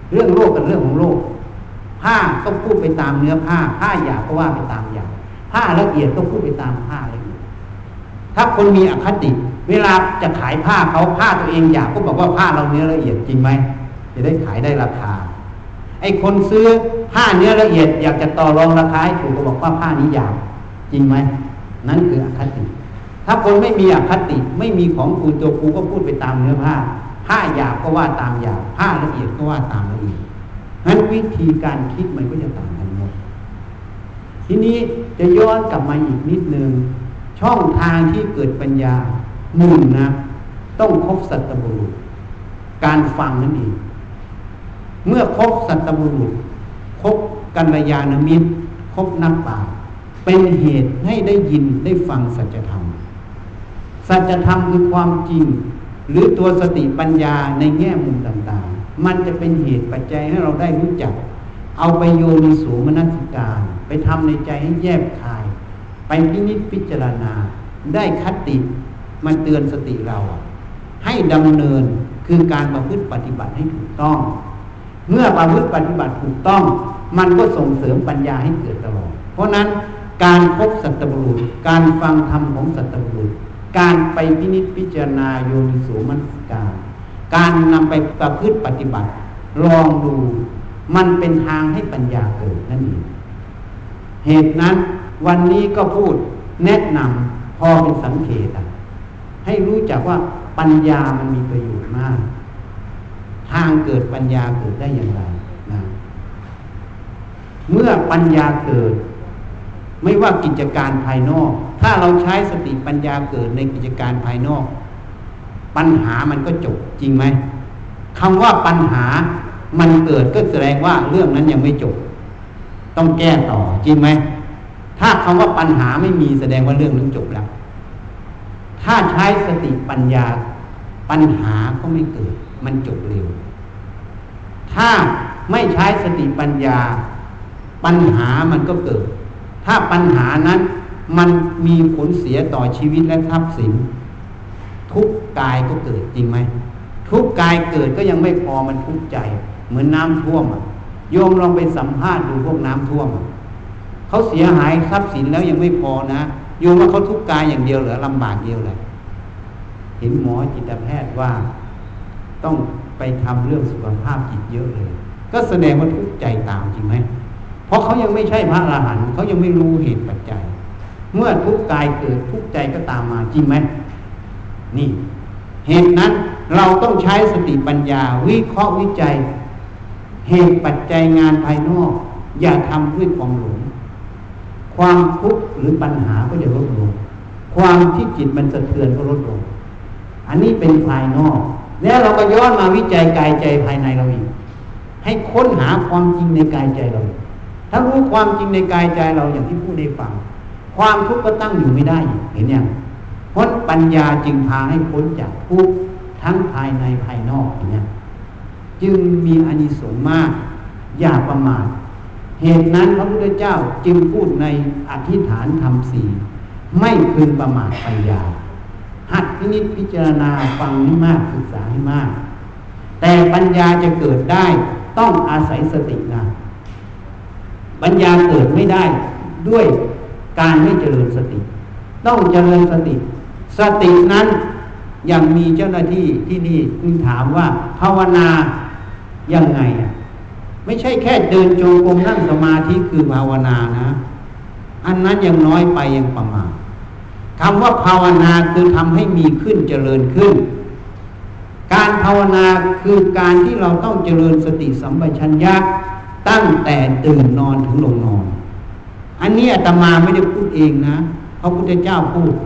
A: เรื่องโลกกับเรื่องของโลกผ้าก็พูดไปตามเนื้อผ้าผ้าหยาบก็ว่าไปตามหยาบผ้าละเอียดก็พูดไปตามผ้าละเอียดถ้าคนมีอคติเวลาจะขายผ้าเขาผ้าตัวเองหยาบก็บอกว่าผ้าเราเนื้อละเอียดจริงไหมจะได้ขายได้ราคาไอ้คนซื้อผ้าเนื้อละเอียดอยากจะต่อรองราคาให้ถูกก็บอกว่าผ้านี้หยาบจริงไหมนั่นคืออคติถ้าคนไม่มีอคติไม่มีของกูตัวกูก็พูดไปตามเนื้อผ้าผ้าหยาบก็ว่าตามหยาบผ้าละเอียดก็ว่าตามละเอียดงั้นวิธีการคิดมันก็จะต่างกันหมดทีนี้จะย้อนกลับมาอีกนิดนึงช่องทางที่เกิดปัญญาหนึ่งนะต้องคบสัตบุรุษการฟังนั่นเองเมื่อคบสัตบุรุษคบกัลยาณมิตรคบนักปราชญ์เป็นเหตุให้ได้ยินได้ฟังสัจธรรมสัจธรรมคือความจริงหรือตัวสติปัญญาในแง่มุมต่างๆมันจะเป็นเหตุปัจจัยให้เราได้รู้จักเอาไปโยนิโสมนสิการไปทำในใจให้แยบคายไปพินิจพิจารณาได้คติมาเตือนสติเราให้ดำเนินคือการประพฤติปฏิบัติให้ถูกต้องเมื่อประพฤติปฏิบัติถูกต้องมันก็ส่งเสริมปัญญาให้เกิดตลอดเพราะนั้นการพบสัตบุรุษการฟังธรรมของสัตบุรุษการไปพินิจพิจารณาโยนิโสมนสิการการนำไปประพฤติปฏิบัติลองดูมันเป็นทางให้ปัญญาเกิดนั่นเองเหตุนั้นวันนี้ก็พูดแนะนำพอเป็นสังเกตให้รู้จักว่าปัญญามันมีประโยชน์มากทางเกิดปัญญาเกิดได้อย่างไรนะเมื่อปัญญาเกิดไม่ว่ากิจการภายนอกถ้าเราใช้สติปัญญาเกิดในกิจการภายนอกปัญหามันก็จบจริงไหมคำว่าปัญหามันเกิดก็แสดงว่าเรื่องนั้นยังไม่จบต้องแก้ต่อจริงไหมถ้าคำว่าปัญหาไม่มีแสดงว่าเรื่องนั้นจบแล้วถ้าใช้สติปัญญาปัญหาก็ไม่เกิดมันจบเร็วถ้าไม่ใช้สติปัญญาปัญหามันก็เกิดถ้าปัญหานั้นมันมีผลเสียต่อชีวิตและทรัพย์สินทุกข์กายก็เกิดจริงไหมทุกข์กายเกิดก็ยังไม่พอมันทุกข์ใจเหมือนน้ำท่วมอ่ะโยมลองไปสัมภาษณ์ดูพวกน้ำท่วมเขาเสียหายทรัพย์สินแล้วยังไม่พอนะโยมว่าเขาทุกข์กายอย่างเดียวเหรอลำบากเดียวเลยเห็นหมอจิตแพทย์ว่าต้องไปทำเรื่องสุขภาพจิตเยอะเลยก็แสดงว่าทุกข์ใจตามจริงไหมเพราะเขายังไม่ใช่พระอรหันต์เขายังไม่รู้เหตุปัจจัยเมื่อทุกข์กายเกิดทุกข์ใจก็ตามมาจริงไหมนี่เหตุนั้นเราต้องใช้สติปัญญาวิเคราะห์วิจัยเหตุปัจจัยงานภายนอกอย่าทำด้วยความหลงความทุกข์หรือปัญหาก็จะลดลงความที่จิตมันสะเทือนก็ลดลงอันนี้เป็นภายนอกแล้วเราก็ย้อนมาวิจัยกายใจภายในเราอีกให้ค้นหาความจริงในกายใจเราถ้ารู้ความจริงในกายใจเราอย่างที่พูดได้ฟังความทุกข์ก็ตั้งอยู่ไม่ได้เห็นยังเพราะปัญญาจึงพาให้พ้นจากทุกข์ทั้งภายในภายนอกอย่างนี้จึงมีอานิสงส์มากอย่าประมาทเหตุนั้นพระพุทธเจ้าจึงพูดในอธิษฐานธรรมสี่ไม่พึงประมาทปัญญาหัดพินิจพิจารณาฟังให้มากศึกษาให้มากแต่ปัญญาจะเกิดได้ต้องอาศัยสตินะปัญญาเกิดไม่ได้ด้วยการไม่เจริญสติต้องเจริญสติสตินั้นยังมีเจ้าหน้าที่ที่นี่คุณถามว่าภาวนายังไงอ่ะไม่ใช่แค่เดินจงกรมนั่งสมาธิคือภาวนานะอันนั้นยังน้อยไปยังประมาทคำว่าภาวนาคือทำให้มีขึ้นเจริญขึ้นการภาวนาคือการที่เราต้องเจริญสติสัมปชัญญะตั้งแต่ตื่นนอนถึงลงนอนอันนี้อาตมาไม่ได้พูดเองนะพระพุทธเจ้าพูด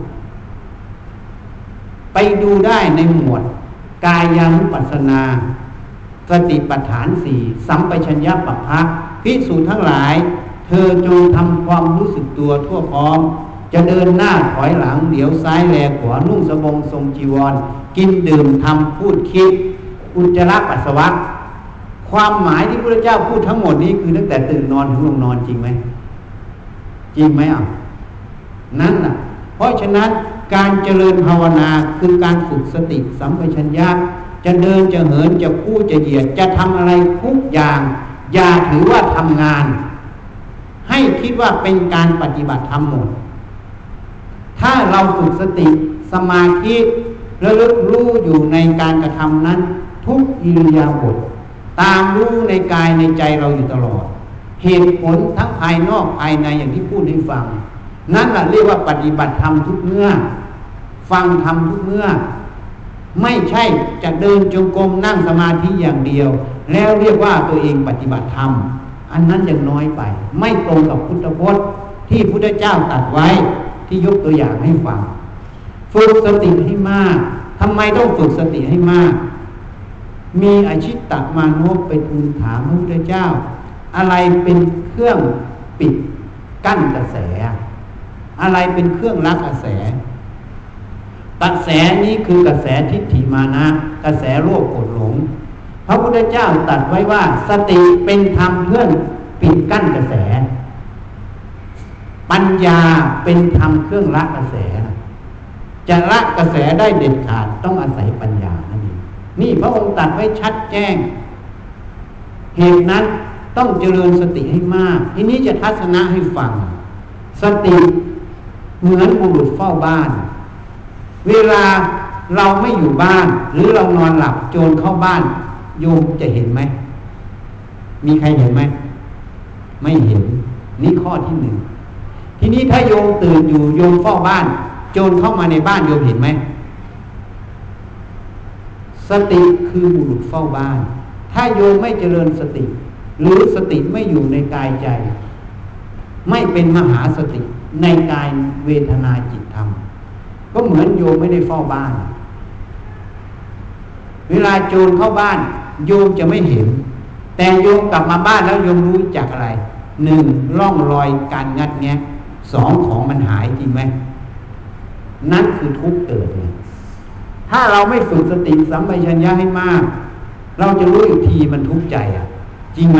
A: ไปดูได้ในหมวดกายานุปัสสนาสติปัฏฐานสี่สัมปชัญญะปัปพะภิกษุทั้งหลายเธอจงทำความรู้สึกตัวทั่วพร้อมจะเดินหน้าถอยหลังเหลียวซ้ายแลขวานุ่งสบงทรงจีวรกินดื่มทำพูดคิดอุจจาระปัสสาวะความหมายที่พระเจ้าพูดทั้งหมดนี้คือตั้งแต่ตื่นนอนถึงลงนอนจริงไหมจริงไหมอ่ะนั่นน่ะเพราะฉะนั้นการเจริญภาวนาคือการฝึกสติสัมปชัญญะจะเดินจะเหินจะคู่จะเหยียดจะทำอะไรทุกอย่างอย่าถือว่าทำงานให้คิดว่าเป็นการปฏิบัติธรรมหมดถ้าเราฝึกสติสมาธิระลึกรู้อยู่ในการกระทำนั้นทุกอิริยาบถตามรู้ในกายในใจเราอยู่ตลอดเหตุผลทั้งภายนอกภายในอย่างที่พูดให้ฟังนั่นแหละเรียกว่าปฏิบัติธรรมทุกเมื่อฟังธรรมทุกเมื่อไม่ใช่จะเดินจงกรมนั่งสมาธิอย่างเดียวแล้วเรียกว่าตัวเองปฏิบัติธรรมอันนั้นยังน้อยไปไม่ตรงกับพุทธพจน์ที่พุทธเจ้าตรัสไว้ที่ยกตัวอย่างให้ฟังฝึกสติให้มากทำไมต้องฝึกสติให้มากมีอาชิตตมานพไปทูลถามพระพุทธเจ้าอะไรเป็นเครื่องปิดกั้นกระแสอะไรเป็นเครื่องลักกระแสกระแสนี้คือกระแสทิฏฐิมานะกระแสโลภโกรธหลงพระพุทธเจ้าตรัสไว้ว่าสติเป็นธรรมเครื่องปิดกั้นกระแสปัญญาเป็นธรรมเครื่องละกระแสจะละกระแสได้เด็ดขาดต้องอาศัยปัญญานั่นเองนี่พระองค์ตรัสไว้ชัดแจ้งเหตุนั้นต้องเจริญสติให้มากทีนี้จะทัศนะให้ฟังสติเหมือนบุรุษเฝ้าบ้านเวลาเราไม่อยู่บ้านหรือเรานอนหลับโจรเข้าบ้านโยมจะเห็นไหมมีใครเห็นไหมไม่เห็นนี่ข้อที่หนึ่งทีนี้ถ้าโยมตื่นอยู่โยมเฝ้าบ้านโจรเข้ามาในบ้านโยมเห็นไหมสติคือบุรุษเฝ้าบ้านถ้าโยมไม่เจริญสติหรือสติไม่อยู่ในกายใจไม่เป็นมหาสติในกายเวทนาจิตธรรมก็เหมือนโยมไม่ได้เฝ้าบ้านเวลาโจรเข้าบ้านโยมจะไม่เห็นแต่โยมกลับมาบ้านแล้วโยมรู้จักอะไรหนึ่งร่องรอยการงัดแงะสองของมันหายจริงไหมนั่นคือทุกข์เกิดเนี่ยถ้าเราไม่ฝึกสติสัมปชัญญะให้มากเราจะรู้อีกทีมันทุกข์ใจอ่ะจริงไหม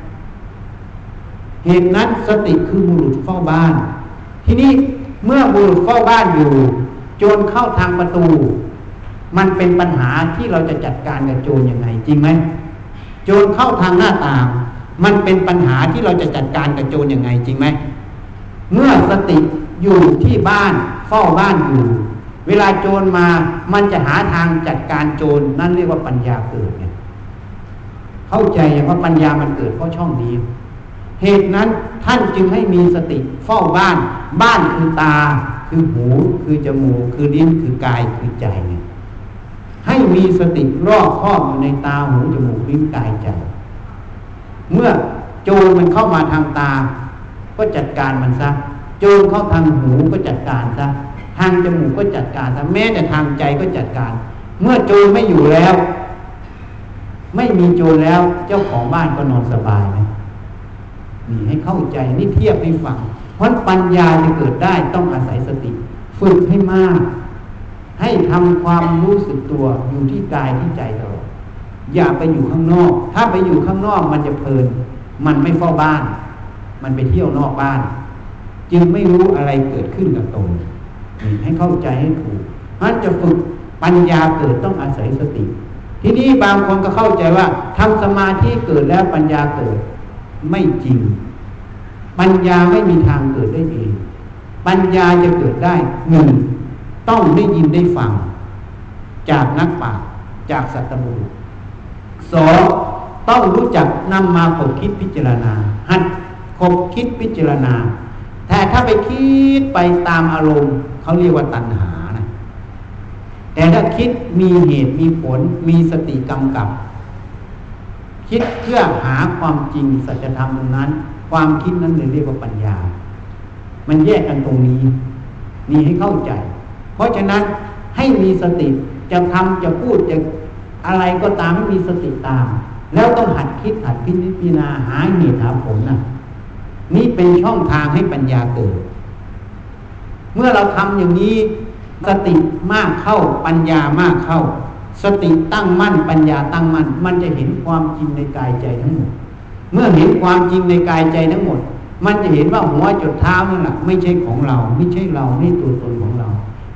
A: เหตุนั้นสติคือบุรุษเฝ้าบ้านทีนี้เมื่อบุรุษเฝ้าบ้านอยู่โจรเข้าทางประตูมันเป็นปัญหาที่เราจะจัดการกับโจรยังไงจริงไหมโจรเข้าทางหน้าต่างมันเป็นปัญหาที่เราจะจัดการกับโจรยังไงจริงไหมเมื่อสติอยู่ที่บ้านเฝ้าบ้านอยู่เวลาโจรมามันจะหาทางจัดการโจรนั่นเรียกว่าปัญญาเกิดไงเข้าใจอย่างว่าปัญญามันเกิดเพราะช่องนี้เหตุนั้นท่านจึงให้มีสติเฝ้าบ้านบ้านคือตาคือหูคือจมูกคือลิ้นคือกายคือใจเนี่ยให้มีสติรอบครอบอยู่ในตาหูจมูกลิ้นกายใจเมื่อโจรมันเข้ามาทางตาก็จัดการมันซะโจรเข้าทางหูก็จัดการซะทางจมูกก็จัดการซะแม้แต่ทางใจก็จัดการเมื่อโจรไม่อยู่แล้วไม่มีโจรแล้วเจ้าของบ้านก็นอนสบายนะนี่ให้เข้าใจนี่เทียบให้ฟังเพราะปัญญาจะเกิดได้ต้องอาศัยสติฝึกให้มากให้ทำความรู้สึกตัวอยู่ที่กายที่ใจตลอดอย่าไปอยู่ข้างนอกถ้าไปอยู่ข้างนอกมันจะเพลินมันไม่เฝ้าบ้านมันไปเที่ยวนอกบ้านจึงไม่รู้อะไรเกิดขึ้นกับตนให้เข้าใจให้ถูกเพราะจะฝึกปัญญาเกิดต้องอาศัยสติทีนี้บางคนก็เข้าใจว่าทำสมาธิเกิดแล้วปัญญาเกิดไม่จริงปัญญาไม่มีทางเกิดได้เองปัญญาจะเกิดได้หนึ่งต้องได้ยินได้ฟังจากนักปราชญ์จากสัตบุรุษสองต้องรู้จักนำมาคบคิดพิจารณาหัดคบคิดพิจารณาแต่ถ้าไปคิดไปตามอารมณ์เขาเรียกว่าตัณหานะแต่ถ้าคิดมีเหตุมีผลมีสติกำกับคิดเพื่อหาความจริงสัจธรรมตรงนั้นความคิดนั้นเลยเรียกว่าปัญญามันแยกกันตรงนี้นี่ให้เข้าใจเพราะฉะนั้นให้มีสติจะทำจะพูดจะอะไรก็ตามให้มีสติตามแล้วต้องหัดคิดหัดพิจารณาหาเหตุหาผลนะนี่เป็นช่องทางให้ปัญญาเกิดเมื่อเราทำอย่างนี้สติมากเข้าปัญญามากเข้าสติตั้งมั่นปัญญาตั้งมั่นมันจะเห็นความจริงในกายใจทั้งหมดเมื่อเห็นความจริงในกายใจทั้งหมดมันจะเห็นว่าหัวจดเท้านั่นแหละไม่ใช่ของเราไม่ใช่เราไม่ตัวตนของเรา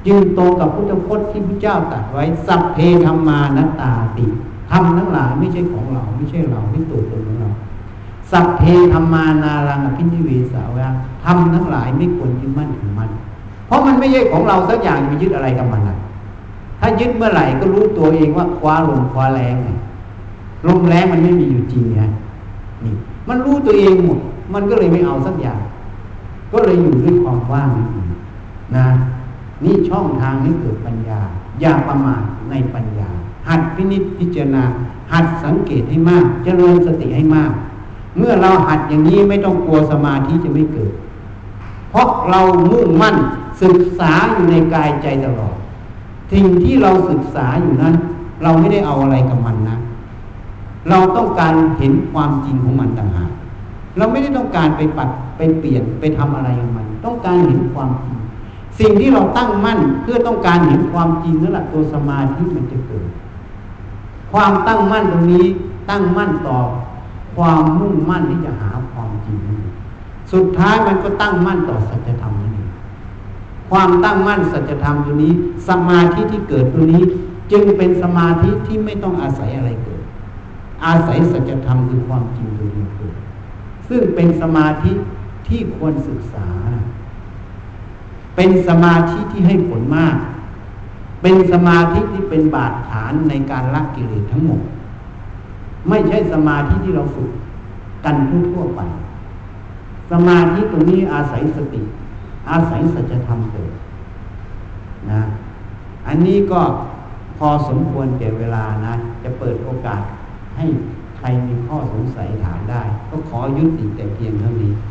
A: จึงตรงกับพุทธพจน์ที่พระเจ้าตรัสไว้สัพเพธัมมานัตตาติธรรมทั้งหลายไม่ใช่ของเราไม่ใช่เราไม่ตัวตนของเราสัพเพธัมมานารังอภินิเวสาวะธรรมทั้งหลายไม่ควรยึดมั่นถือมั่นเพราะมันไม่ใช่ของเราสักอย่างไปยึดอะไรกับมันอ่ะถ้ายึดเมื่อไหร่ก็รู้ตัวเองว่าคว้าลมคว้าแรงไงลมแรงมันไม่มีอยู่จริงไงนี่มันรู้ตัวเองหมดมันก็เลยไม่เอาสักอย่างก็เลยอยู่ด้วยความว่างนี่นะนี่ช่องทางให้เกิดปัญญาอย่าประมาทในปัญญาหัดพินิจพิจารณาหัดสังเกตให้มากเจริญสติให้มากเมื่อเราหัดอย่างนี้ไม่ต้องกลัวสมาธิจะไม่เกิดเพราะเรามุ่งมั่นศึกษาอยู่ในกายใจตลอดสิ่งที่เราศึกษาอยู่นั้นเราไม่ได้เอาอะไรกับมันนะเราต้องการเห็นความจริงของมันต่างหากเราไม่ได้ต้องการไปปัดไปเปลี่ยนไปทำอะไรกับมันต้องการเห็นความจริงสิ่งที่เราตั้งมั่นเพื่อต้องการเห็นความจริงนั่นแหละตัวสมาธิมันจะเกิดความตั้งมั่นตรงนี้ตั้งมั่นต่อความมุ่งมั่นที่จะหาความจริงนั่นเองสุดท้ายมันก็ตั้งมั่นต่อสัจธรรมนั่นเองความตั้งมั่นสัจธรรมตัวนี้สมาธิที่เกิดตัวนี้จึงเป็นสมาธิที่ไม่ต้องอาศัยอะไรเกิดอาศัยสัจธรรมคือความจริงตัวนี้เกิดซึ่งเป็นสมาธิที่ควรศึกษาเป็นสมาธิที่ให้ผลมากเป็นสมาธิที่เป็นบาดฐานในการละกิเลสทั้งหมดไม่ใช่สมาธิที่เราฝึกกันทั่วไปสมาธิตรงนี้อาศัยสติอาศัยสัจธรรมเกิดนะอันนี้ก็พอสมควรแก่เวลานะจะเปิดโอกาสให้ใครมีข้อสงสัยถามได้ก็ขอยุติแต่เพียงเท่านี้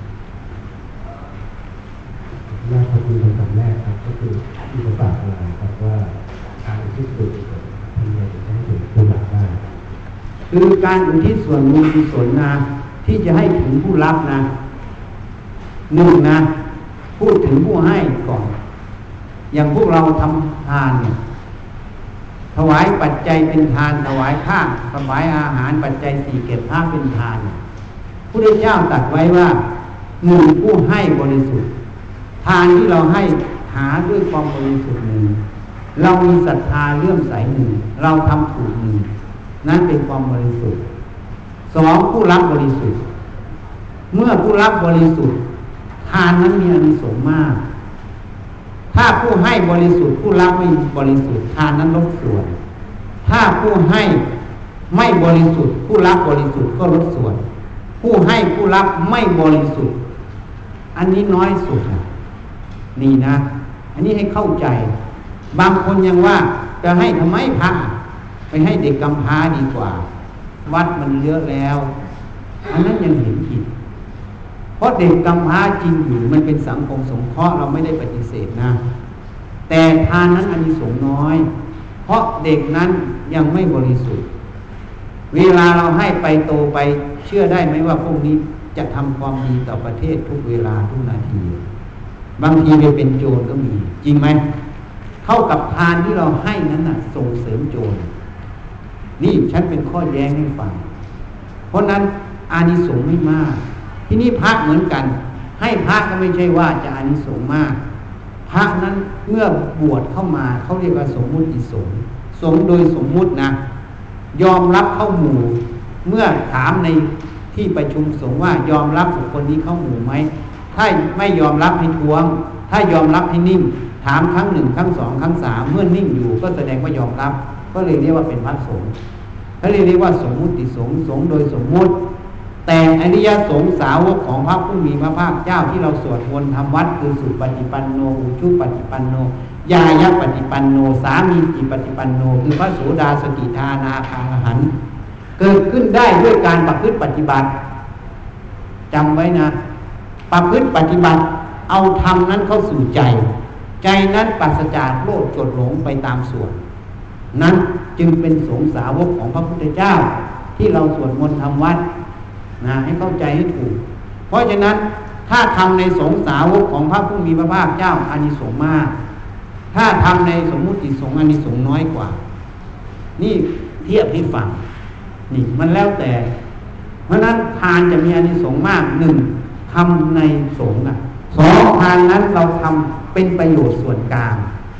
B: แรกคือคำถามแรกครับก็คือที่ผมฝากอะไรครับว่าการอุทิศส่วนกุศลทำไงจะให้ถึงผู้รับได้
A: คือการอุทิศส่วนบุญกุศลนะที่จะให้ถึงผู้รับนะหนึ่งนะพูดถึงผู้ให้ก่อนอย่างพวกเราทำทานเนี่ยถวายปัจจัยเป็นทานถวายข้าวถวายอาหารปัจจัยสี่เก็บผ้าเป็นทานพระพุทธเจ้าตรัสไว้ว่าหนึ่งผู้ให้บริสุทธิ์ทานที่เราให้หาด้วยความบริสุทธิ์หนึ่งเรามีศรัทธาเลื่อมใสหนึ่งเราทำถูกหนึ่งนั่นเป็นความบริสุทธิ์สองผู้รับบริสุทธิ์เมื่อผู้รับบริสุทธิ์ทานนั้นมีอานิสงส์มากถ้าผู้ให้บริสุทธิ์ผู้รับไม่บริสุทธิ์ทานนั้นลดส่วนถ้าผู้ให้ไม่บริสุทธิ์ผู้รับบริสุทธิ์ก็ลดส่วนผู้ให้ผู้รับไม่บริสุทธิ์อันนี้น้อยสุดนะนี่นะอันนี้ให้เข้าใจบางคนยังว่าจะให้ทำไมพระไปให้เด็กกำพร้าดีกว่าวัดมันเยอะแล้วอันนั้นยังเห็นผิดเพราะเด็กกำพร้าจริงอยู่มันเป็นสังคมสงเคราะห์เราไม่ได้ปฏิเสธนะแต่ทานนั้นอานิสงส์น้อยเพราะเด็กนั้นยังไม่บริสุทธิ์เวลาเราให้ไปโตไปเชื่อได้ไหมว่าพวกนี้จะทำความดีต่อประเทศทุกเวลาทุกนาทีบางทีไปเป็นโจรก็มีจริงไหมเท่ากับทานที่เราให้นั้นน่ะส่งเสริมโจรนี่ฉันเป็นข้อแย้งให้ฟังเพราะนั้นอานิสงส์ไม่มากที่นี่พระเหมือนกันให้พระก็ไม่ใช่ว่าจะอานิสงส์มากพระนั้นเมื่อบวชเข้ามาเขาเรียกว่าสมมุติสงฆ์สงฆ์โดยสมมุตินะยอมรับเข้าหมู่เมื่อถามในที่ประชุมสงฆ์ว่ายอมรับบุคคลนี้เข้าหมู่ไหมถ้าไม่ยอมรับให้ทวงถ้ายอมรับให้นิ่งถามครั้งหนึ่งครั้งสองครั้งสามเมื่อนิ่งอยู่ก็แสดงว่ายอมรับก็เลยเรียกว่าเป็นพระสงฆ์เขาเรียกว่าสมมุติสงฆ์สงฆ์โดยสมมุติแต่อริยสงฆ์สาวกของพระผู้มีพระภาคเจ้าที่เราสวดมนต์ทำวัดคือสุปฏิปันโนอุชุปฏิปันโนยายะปฏิปันโนสามีจิปฏิปันโนคือพระโสดาสกิทานาคาหันเกิดขึ้นได้ด้วยการประพฤติปฏิบัติจำไว้นะประพฤติปฏิบัติเอาธรรมนั้นเข้าสู่ใจใจนั้นปราศจากโลภโกรธหลงไปตามส่วนนั้นจึงเป็นสงฆ์สาวกของพระพุทธเจ้าที่เราสวดมนต์ทำวัดนะให้เข้าใจให้ถูกเพราะฉะนั้นถ้าทำในสงฆ์สาวกของพระผู้มีพระภาคเจ้าอานิสงส์มากถ้าทำในสมมุติสงฆ์อานิสงส์น้อยกว่านี่เทียบให้ฟังนี่มันแล้วแต่เพราะนั้นทานจะมีอานิสงส์มากหนึ่งทำในสงฆ์อ่ะสองทานนั้นเราทำเป็นประโยชน์ส่วนกลาง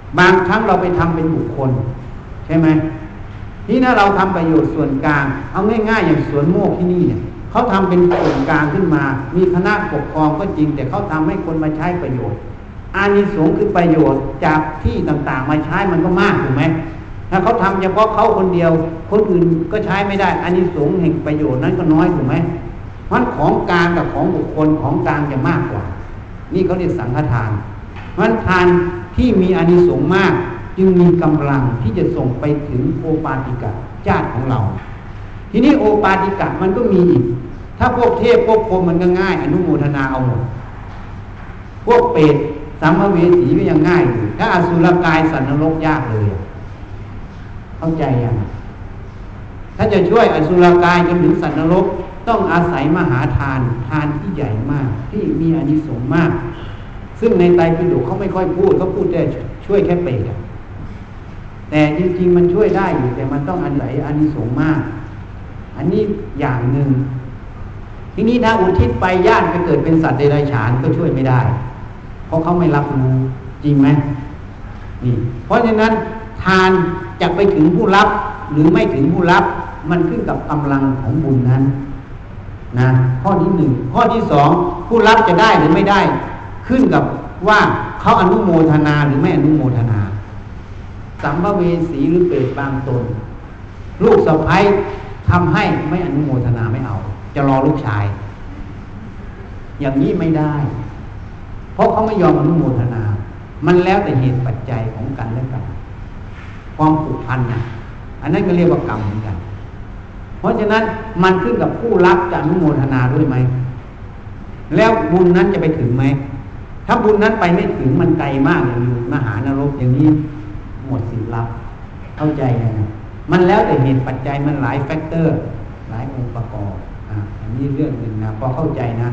A: บางครั้งเราไปทำเป็นบุคคลใช่ไหมที่ถ้าเราทำประโยชน์ส่วนกลางเอาง่ายๆอย่างสวนโมกที่นี่เนี่ยเขาทำเป็นส่วนกลางขึ้นมามีคณะปกครองก็จริงแต่เขาทำให้คนมาใช้ประโยชน์อานิสงส์คือประโยชน์จากที่ต่างๆมาใช้มันก็มากถูกไหมถ้าเขาทำเฉพาะเขาคนเดียวคนอื่นก็ใช้ไม่ได้อานิสงส์แห่งประโยชน์นั้นก็น้อยถูกไหมเพราะของกลางกับของบุคคลของกลางจะมากกว่านี่เขาเรียกสังฆทานเพราะทานที่มีอานิสงส์มากจึงมีกำลังที่จะส่งไปถึงโอปาติกะญาติของเราทีนี้โอปาติกะมันก็มีอีกถ้าพวกเทพพวกพรหมมันก็ง่ายอนุโมทนาเอาหมดพวกเปรตสัมภเวสีก็ยังง่ายอยู่ถ้าอสุรกายสัตว์นรกยากเลยเข้าใจยังถ้าจะช่วยอสุรกายจนถึงสัตว์นรกต้องอาศัยมหาทานทานที่ใหญ่มากที่มีอานิสงส์มากซึ่งในไตรปิฎกเขาไม่ค่อยพูดเขาพูดแต่ช่วยแค่เปรตแต่จริงๆมันช่วยได้อยู่แต่มันต้องอาศัยอานิสงส์มากอันนี้อย่างหนึ่งทีนี้ถ้าอุทิศไปญาติไปเกิดเป็นสัตว์เดรัจฉานก็ช่วยไม่ได้เพราะเขาไม่รับรู้จริงไหมนี่เพราะฉะนั้นทานจะไปถึงผู้รับหรือไม่ถึงผู้รับมันขึ้นกับกำลังของบุญนั้นนะข้อที่หนึ่งข้อที่สองผู้รับจะได้หรือไม่ได้ขึ้นกับว่าเขาอนุโมทนาหรือไม่อนุโมทนาสัมภเวสีหรือเปรตบางตนลูกสะใภ้ทำให้ไม่อนุโมทนาไม่เอาจะรอลูกชายอย่างนี้ไม่ได้เพราะเขาไม่ยอมอนุโมทนามันแล้วแต่เหตุปัจจัยของกันและกันความผูกพันนะอันนั้นก็เรียกว่ากรรมเหมือนกันเพราะฉะนั้นมันขึ้นกับผู้รับจะอนุโมทนาด้วยไหมแล้วบุญนั้นจะไปถึงไหมถ้าบุญนั้นไปไม่ถึงมันไกลมากอย่างอยู่มหานรกอย่างนี้หมดสิทธิ์รับเข้าใจยังไงมันแล้วแต่เหตุปัจจัยมันหลายแฟกเตอร์หลายองค์ประกอบอ่าอันนี้เรื่องหนึ่งนะพอเข้าใจนะ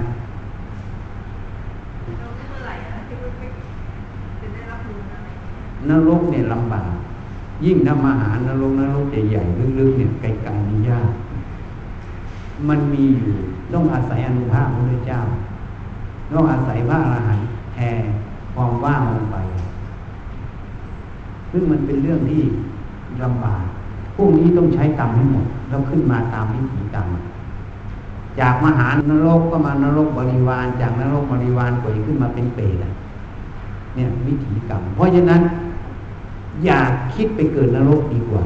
A: นรกเนี่ยลำบากยิ่งถ้ามหานรกนรกใหญ่ๆลึกๆเนี่ยไกลๆนี่ยากมันมีอยู่ต้องอาศัยอนุภาพพระพุทธเจ้าต้องอาศัยพระอรหันต์แผ่ความว่างลงไปซึ่งมันเป็นเรื่องที่ลำบากพวกนี้ต้องใช้กรรมให้หมดแล้วขึ้นมาตามวิถีกรรมจากมหานรกก็มานรกบริวารจากนรกบริวารก็ขึ้นมาเป็นเปรตเนี่ยวิถีกรรมเพราะฉะนั้นอย่าคิดไปเกิดนรกดีกว่า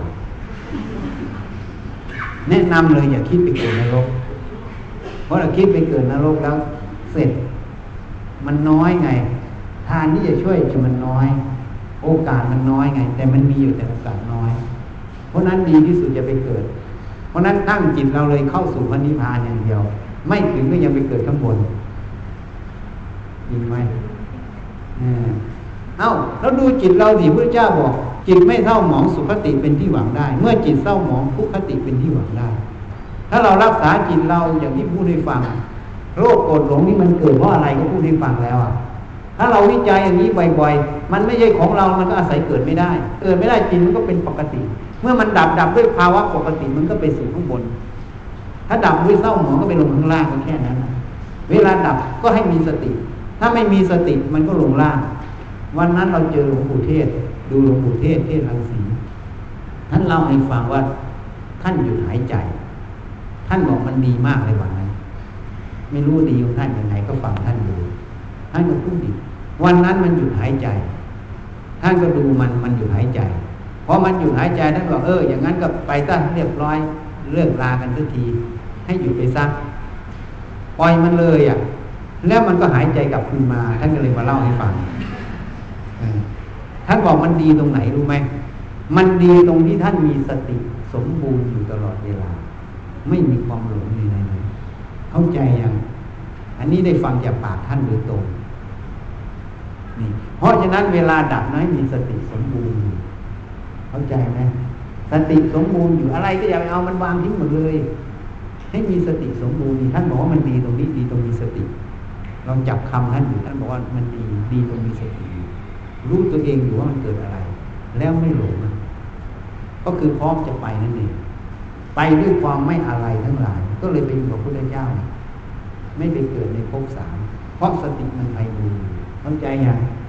A: แนะนำเลยอย่าคิดไปเกิดนรกเพราะเราคิดไปเกิดนรกแล้วเสร็จมันน้อยไงทานที่จะช่วยจะมันน้อยโอกาสมันน้อยไงแต่มันมีอยู่แต่โอกาสน้อยเพราะนั้นดีที่สุดจะไปเกิดเพราะนั้นตั้งจิตเราเลยเข้าสู่พระนิพพานอย่างเดียวไม่ถึงก็ยังไปเกิดข้างบนจริงไหมเอ้าแล้วดูจิตเราสิพระเจ้าบอกจิตไม่เศร้าหมองสุขติเป็นที่หวังได้เมื่อจิตเศร้าหมองทุกขติเป็นที่หวังได้ถ้าเรารักษาจิตเราอย่างที่พูดให้ฟังโรคโกรธหลงนี่มันเกิดเพราะอะไรก็พูดให้ฟังแล้วอ่ะถ้าเราวิจัยอย่างนี้บ่อยๆมันไม่ใช่ของเรามันก็อาศัยเกิดไม่ได้เกิดไม่ได้จิตมันก็เป็นปกติเมื่อมันดับดับด้วยภาวะปกติมันก็ไปสู่ข้างบนถ้าดับด้วยเศร้าหมองก็ไปลงข้างล่างก็แค่นั้นเวลาดับก็ให้มีสติถ้าไม่มีสติมันก็ลงล่างวันนั้นเราเจอหลวงปู่เทศดูหลวงปู่เทศเทศรังสีท่านเล่าให้ฟังว่าท่านหยุดหายใจท่านบอกมันดีมากเลยวันนั้นไม่รู้ดีของท่านยังไงก็ฟังท่านดูท่านก็พูดดีวันนั้นมันหยุดหายใจท่านก็ดูมันมันหยุดหายใจพอมันหยุดหายใจท่านบอกเอออย่างนั้นก็ไปซะเรียบร้อยเลิกลากันสักทีให้หยุดไปซะปล่อยมันเลยอ่ะแล้วมันก็หายใจกลับคืนมาท่านก็เลยมาเล่าให้ฟังท่านบอกมันดีตรงไหนรู้ไหมมันดีตรงที่ท่านมีสติสมบูรณ์อยู่ตลอดเวลาไม่มีความหลงในไหนเข้าใจยังอันนี้ได้ฟังจากปากท่านโดยตรงนี่เพราะฉะนั้นเวลาดับนั้นมีสติสมบูรณ์อยู่เข้าใจไหมสติสมบูรณ์อยู่อะไรก็อย่าไปเอามันวางทิ้งหมดเลยให้มีสติสมบูรณ์นี่ท่านบอกว่ามันดีตรงนี้ดีตรงมีสติลองจับคำท่านอยู่ท่านบอกว่ามันดีดีตรงมีสติรู้ตัวเองอยู่ว่ามันเกิดอะไรแล้วไม่หลงก็คือพร้อมจะไปนั่นเองไปด้วยความไม่อะไรทั้งหลายก็เลยไปอยู่กับพระพุทธเจ้าไม่ไปเกิดในภพสามเพราะสติมันไพบูลย์เข้าใจยัง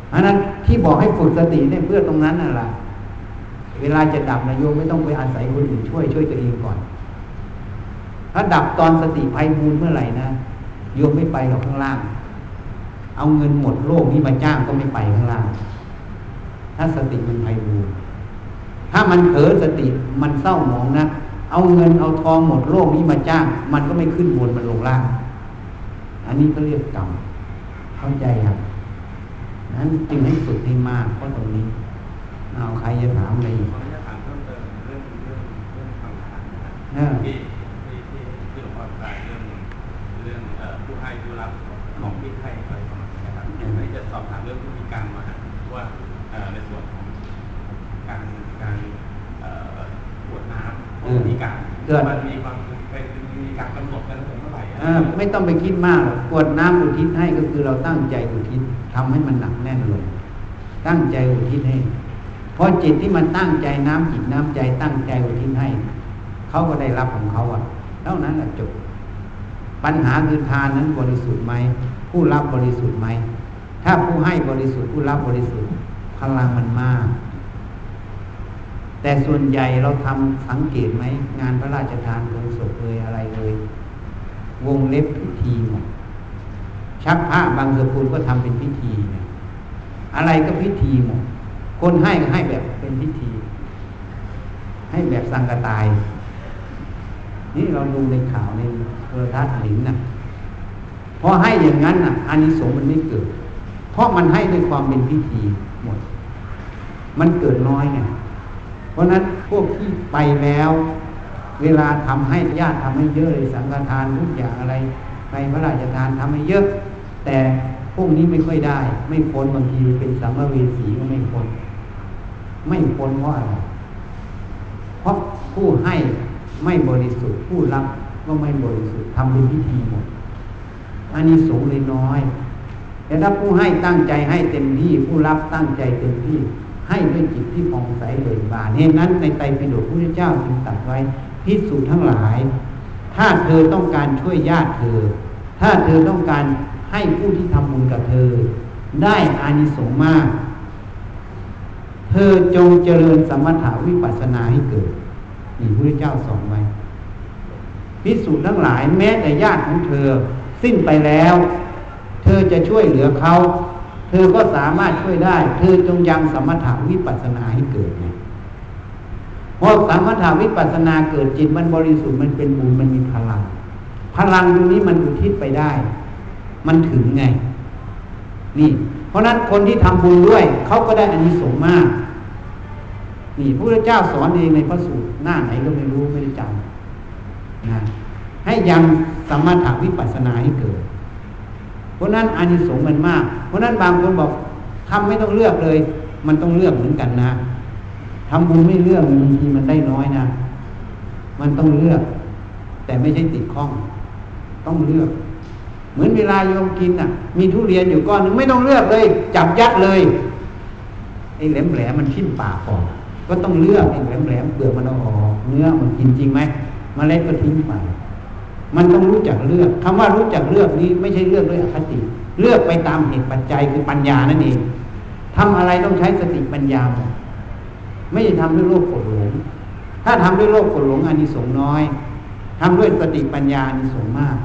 A: อันนั้นที่บอกให้ฝึกสติเนี่ยเพื่อตรงนั้นน่ะล่ะเวลาจะดับนะโยมไม่ต้องไปอาศัยคนอื่นช่วยช่วยตัวเองก่อนถ้าดับตอนสติไพบูลย์เมื่อไหร่นะโยมไม่ไปหรอกข้างล่างเอาเงินหมดโลกนี้มาจ้างก็ไม่ไปข้างล่างถ้าสติมันไพบูลย์ถ้ามันเผลอสติมันเศร้าหมองนะเอาเงินเอาทองหมดโลกนี้มาจ้างมันก็ไม่ขึ้นบนมันลงล่างอันนี้ก็เรียกกรรมเข้าใจครับนั้นจึงให้ฝึกให้มากเพราะตรงนี้เอาใครจะถามอะไรอีก
C: ขออนุญาตถามเพิ่มเติมเรื่องเรื่องเรื่องคำถามนะครับที่ที่ที่ที่หลวงพ่ออธิบายเรื่องเรื่องเอ่อผู้ให้ผู้รับของที่ให้อะไรประมาณนี้นะครับอันนี้จะสอบถามเรื่องวิธีการมาว่าเอ่อในส่วนของการการเอ่อกรวดน้ำวิธีการมันมีความเป็นมีการกำหนดกันเมื่อไหร่
A: ไม่ต้องไปคิดมากหรอกกรวดน้ำอุทิศให้ก็คือเราตั้งใจอุทิศทำให้มันหนักแน่นลงตั้งใจอุทิศให้เพราะจิตที่มันตั้งใจน้ำจิตน้ำใจตั้งใจอุทิศให้เขาก็ได้รับของเขาอ่ะเท่านั้นแหละจบปัญหาคือทานนั้นบริสุทธิ์ไหมผู้รับบริสุทธิ์ไหมถ้าผู้ให้บริสุทธิ์ผู้รับบริสุทธิ์พลังมันมากแต่ส่วนใหญ่เราทำสังเกตไหมงานพระราชทานลงศพเลยอะไรเลยวงเล็บพิธีหมดชักผ้าบางสกุลก็ทำเป็นพิธีเนี่ยอะไรก็พิธีหมดคนให้ก็ให้แบบเป็นพิธีให้แบบสังกตายนี่เราดูในข่าวในโทรทัศน์หลิงน่ะพอให้อย่างนั้นน่ะอานิสงส์มันไม่เกิดเพราะมันให้ด้วยความเป็นพิธีหมดมันเกิดน้อยไงเพราะนั้นพวกที่ไปแล้วเวลาทำให้ญาติทำให้เยอะเลยสังฆทานทุกอย่างอะไรไปพระราชทานทำให้เยอะแต่พวกนี้ไม่ค่อยได้ไม่พ้นบางทีเป็นสัมภเวสีก็ไม่พ้นไม่พ้นเพราะอะไรเพราะผู้ให้ไม่บริสุทธิ์ผู้รับก็ไม่บริสุทธิ์ทำเป็นพิธีหมดอานิสงส์เลยน้อยแต่ถ้าผู้ให้ตั้งใจให้เต็มที่ผู้รับตั้งใจเต็มที่ให้ด้วยจิตที่ผ่องใสเบิกบานเหตุนั้นในไตรปิฎกพระพุทธเจ้าจึงตรัสไว้ภิกษุทั้งหลายถ้าเธอต้องการช่วยญาติเธอถ้าเธอต้องการให้ผู้ที่ทำบุญกับเธอได้อานิสงส์มากเธอจงเจริญสมถะวิปัสสนาให้เกิดนี่พระพุทธเจ้าสอนไว้ภิกษุทั้งหลายแม้แต่ญาติของเธอสิ้นไปแล้วเธอจะช่วยเหลือเขาเธอก็สามารถช่วยได้เธอจงยังสมถะวิปัสสนาให้เกิดไงพอสมถะวิปัสสนาเกิดจิตมันบริสุทธิ์มันเป็นบุญมันมีพลังพลังตรงนี้มันอุทิศไปได้มันถึงไงนี่เพราะนั้นคนที่ทำบุญด้วยเขาก็ได้อานิสงส์มากนี่พระพุทธเจ้าสอนเองในพระสูตรหน้าไหนก็ไม่รู้ไม่ได้จำนะให้ยังสมถะวิปัสสนาให้เกิดเพราะนั้นอานิสงส์มันมากเพราะนั้นบางคนบอกทำไม่ต้องเลือกเลยมันต้องเลือกเหมือนกันนะทำบุญไม่เลือกบางทีมันได้น้อยนะมันต้องเลือกแต่ไม่ใช่ติดข้องต้องเลือกเหมือนเวลาโยมกินน่ะมีทุเรียนอยู่ก้อนนึงไม่ต้องเลือกเลยจับยัดเลยไอ้แหลมแหลมมันชิ้นปากก่อนก็ต้องเลือกไอ้แหลมแหลมเปลือกมันเอาออกเนื้อมันกินจริงไหมเมล็ดก็ทิ้งไปมันต้องรู้จักเลือกคำว่ารู้จักเลือกนี้ไม่ใช่เลือกด้วยอคติเลือกไปตามเหตุปัจจัยคือปัญญานั่นเองทำอะไรต้องใช้สติปัญญาไม่ใช่ทำด้วยโลภโกรธหลงถ้าทำด้วยโลภโกรธหลงอานิสงส์น้อยทำด้วยสติปัญญาอานิสงส์มาก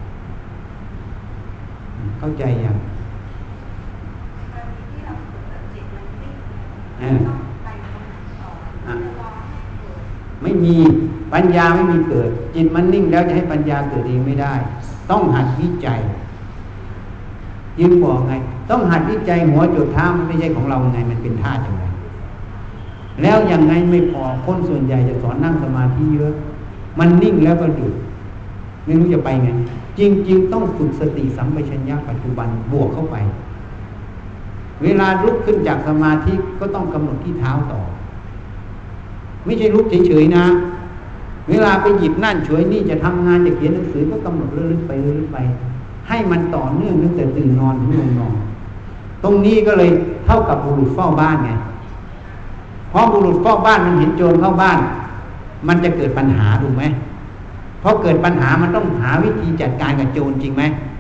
A: เข้าใจยังไม่มีปัญญาไม่มีเกิดจิตมันนิ่งแล้วจะให้ปัญญาเกิดเองไม่ได้ต้องหัดวิจัยยืนบอกไงต้องหัดวิจัยหัวจุดเท้ามันไม่ใช่ของเราไงมันเป็นธาตุยังไงแล้วยังไงไม่พอคนส่วนใหญ่จะสอนนั่งสมาธิเยอะมันนิ่งแล้วก็หยุดไม่รู้จะไปไงจริงๆต้องฝึกสติสัมปชัญญะปัจจุบันบวกเข้าไปเวลาลุกขึ้นจากสมาธิก็ต้องกำหนดที่เท้าต่อไม่ใช่ลุกเฉยๆนะเวลาไปหยิบนั่นช่วยนี่จะทำงานจะเขียนหนังสือก็กำหนดเรื่อยๆไปเรื่อยๆไปให้มันต่อเนื่องตั้งแต่ตื่นนอนถึงลงนอนตรงนี้ก็เลยเท่ากับบุรุษเฝ้าบ้านไงเพราะบุรุษเฝ้าบ้านมันเห็นโจรเข้าบ้านมันจะเกิดปัญหาถูกไหมเพราะเกิดปัญหามันต้องหาวิธีจัดการกับโจรจริงไหม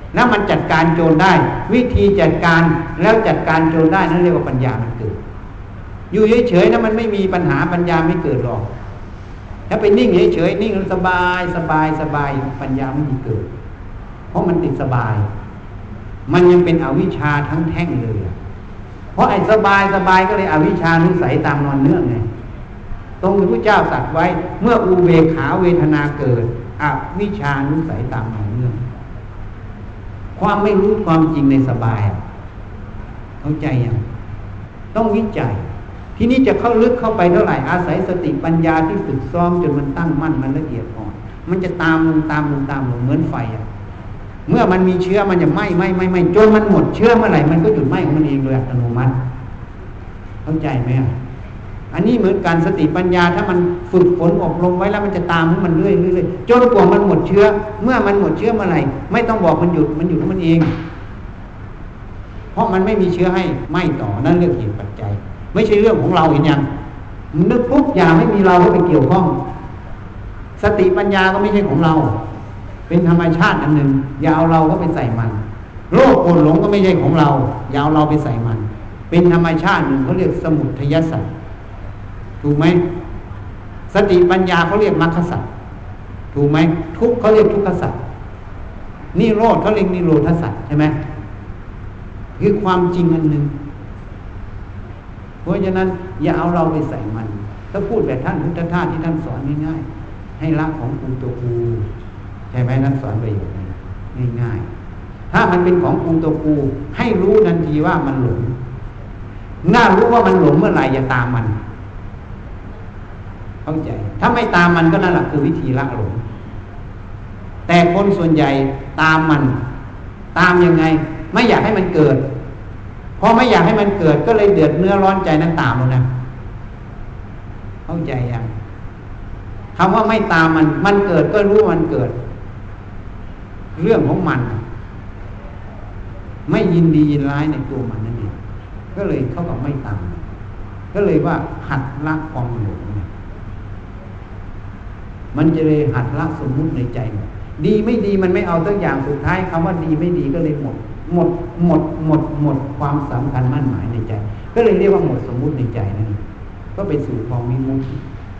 A: แล้วมันจัดการโจรได้วิธีจัดการแล้วจัดการโจรได้นั่นเรียกว่าปัญญามันเกิดอยู่เฉยๆนะมันไม่มีปัญหาปัญญาไม่เกิดหรอกถ้าไปนิ่งเฉยๆนิ่งสบายสบายสบายปัญญาไม่มีเกิดเพราะมันติดสบายมันยังเป็นอวิชชาทั้งแท่งเลยเพราะไอ้สบายสบายก็เลยอวิชชานุสัยตามนอนเนื่องไงตรงที่พระเจ้าตรัสไว้เมื่ออุเบกขาเวทนาเกิดอวิชชานุสัยตามนอนเนื่องความไม่รู้ความจริงในสบายเข้าใจยังต้องวิจัยทีนี้จะเข้าลึกเข้าไปเท่าไหร่อาศัยสติปัญญาที่ฝึกซ้อมจนมันตั้งมั่นมันละเอียดอ่อนมันจะตามลงตามลงตามลงเหมือนไฟอ่ะเมื่อมันมีเชื้อมันจะไหม้ไหม้ไหม้ไหม้จนมันหมดเชื้อเมื่อไหร่มันก็หยุดไหม้ของมันเองโดยอัตโนมัติเข้าใจไหมอ่ะอันนี้เหมือนการสติปัญญาถ้ามันฝึกฝนอบรมไว้แล้วมันจะตามของมันเรื่อยเรื่อยจนกว่ามันหมดเชื้อเมื่อมันหมดเชื้อเมื่อไหร่ไม่ต้องบอกมันหยุดมันหยุดของมันเองเพราะมันไม่มีเชื้อให้ไหม้ต่อนั่นเรื่องเหตุปัจจัยไม่ใช่เรื่องของเราเห็นยังนึกปุ๊บอย่าไม่มีเราเข้าไปเกี่ยวข้องสติปัญญาก็ไม่ใช่ของเราเป็นธรรมชาติอันหนึ่งอย่าเอาเราเข้าไปใส่มันโลภโกรธหลงก็ไม่ใช่ของเราอย่าเอาเราไปใส่มันเป็นธรรมชาติหนึ่งเขาเรียกสมุทัยสัจถูกไหมสติปัญญาเขาเรียกมรรคสัจถูกไหมทุกข์เขาเรียกทุกขสัจนิโรธเขาเรียกนิโรธสัจใช่ไหมคือความจริงอันหนึ่งเพราะฉะนั้นอย่าเอาเราไปใส่มันถ้าพูดแบบท่านพุทธทาสที่ท่านสอนง่ายๆให้รักของกูตัวกูใช่ไหมท่านสอนไปอย่างนี้ง่ายๆถ้ามันเป็นของกูตัวกูให้รู้ทันทีว่ามันหลงน่ารู้ว่ามันหลงเมื่อไหร่อย่าตามมันเข้าใจถ้าไม่ตามมันก็นั่นแหละคือวิธีละหลงแต่คนส่วนใหญ่ตามมันตามยังไงไม่อยากให้มันเกิดพอไม่อยากให้มันเกิดก็เลยเดือดเนื้อร้อนใจนั้นตามแล้วนะเข้าใจยังคำว่าไม่ตามมันมันเกิดก็รู้มันเกิดเรื่องของมันไม่ยินดียินร้ายในตัวมันนั่นเองก็เลยเข้ากับไม่ตามก็เลยว่าหัดละความหลงมันจะเลยหัดละสมมุติในใจดีไม่ดีมันไม่เอาตัวอย่างสุดท้ายคำว่าดีไม่ดีก็เลยหมดหมดหมดหมดหมดความสำคัญมั่นหมายในใจก็เลยเรียกว่าหมดสมมุติในใจนั่นก็ไปสู่ความวิมุตติ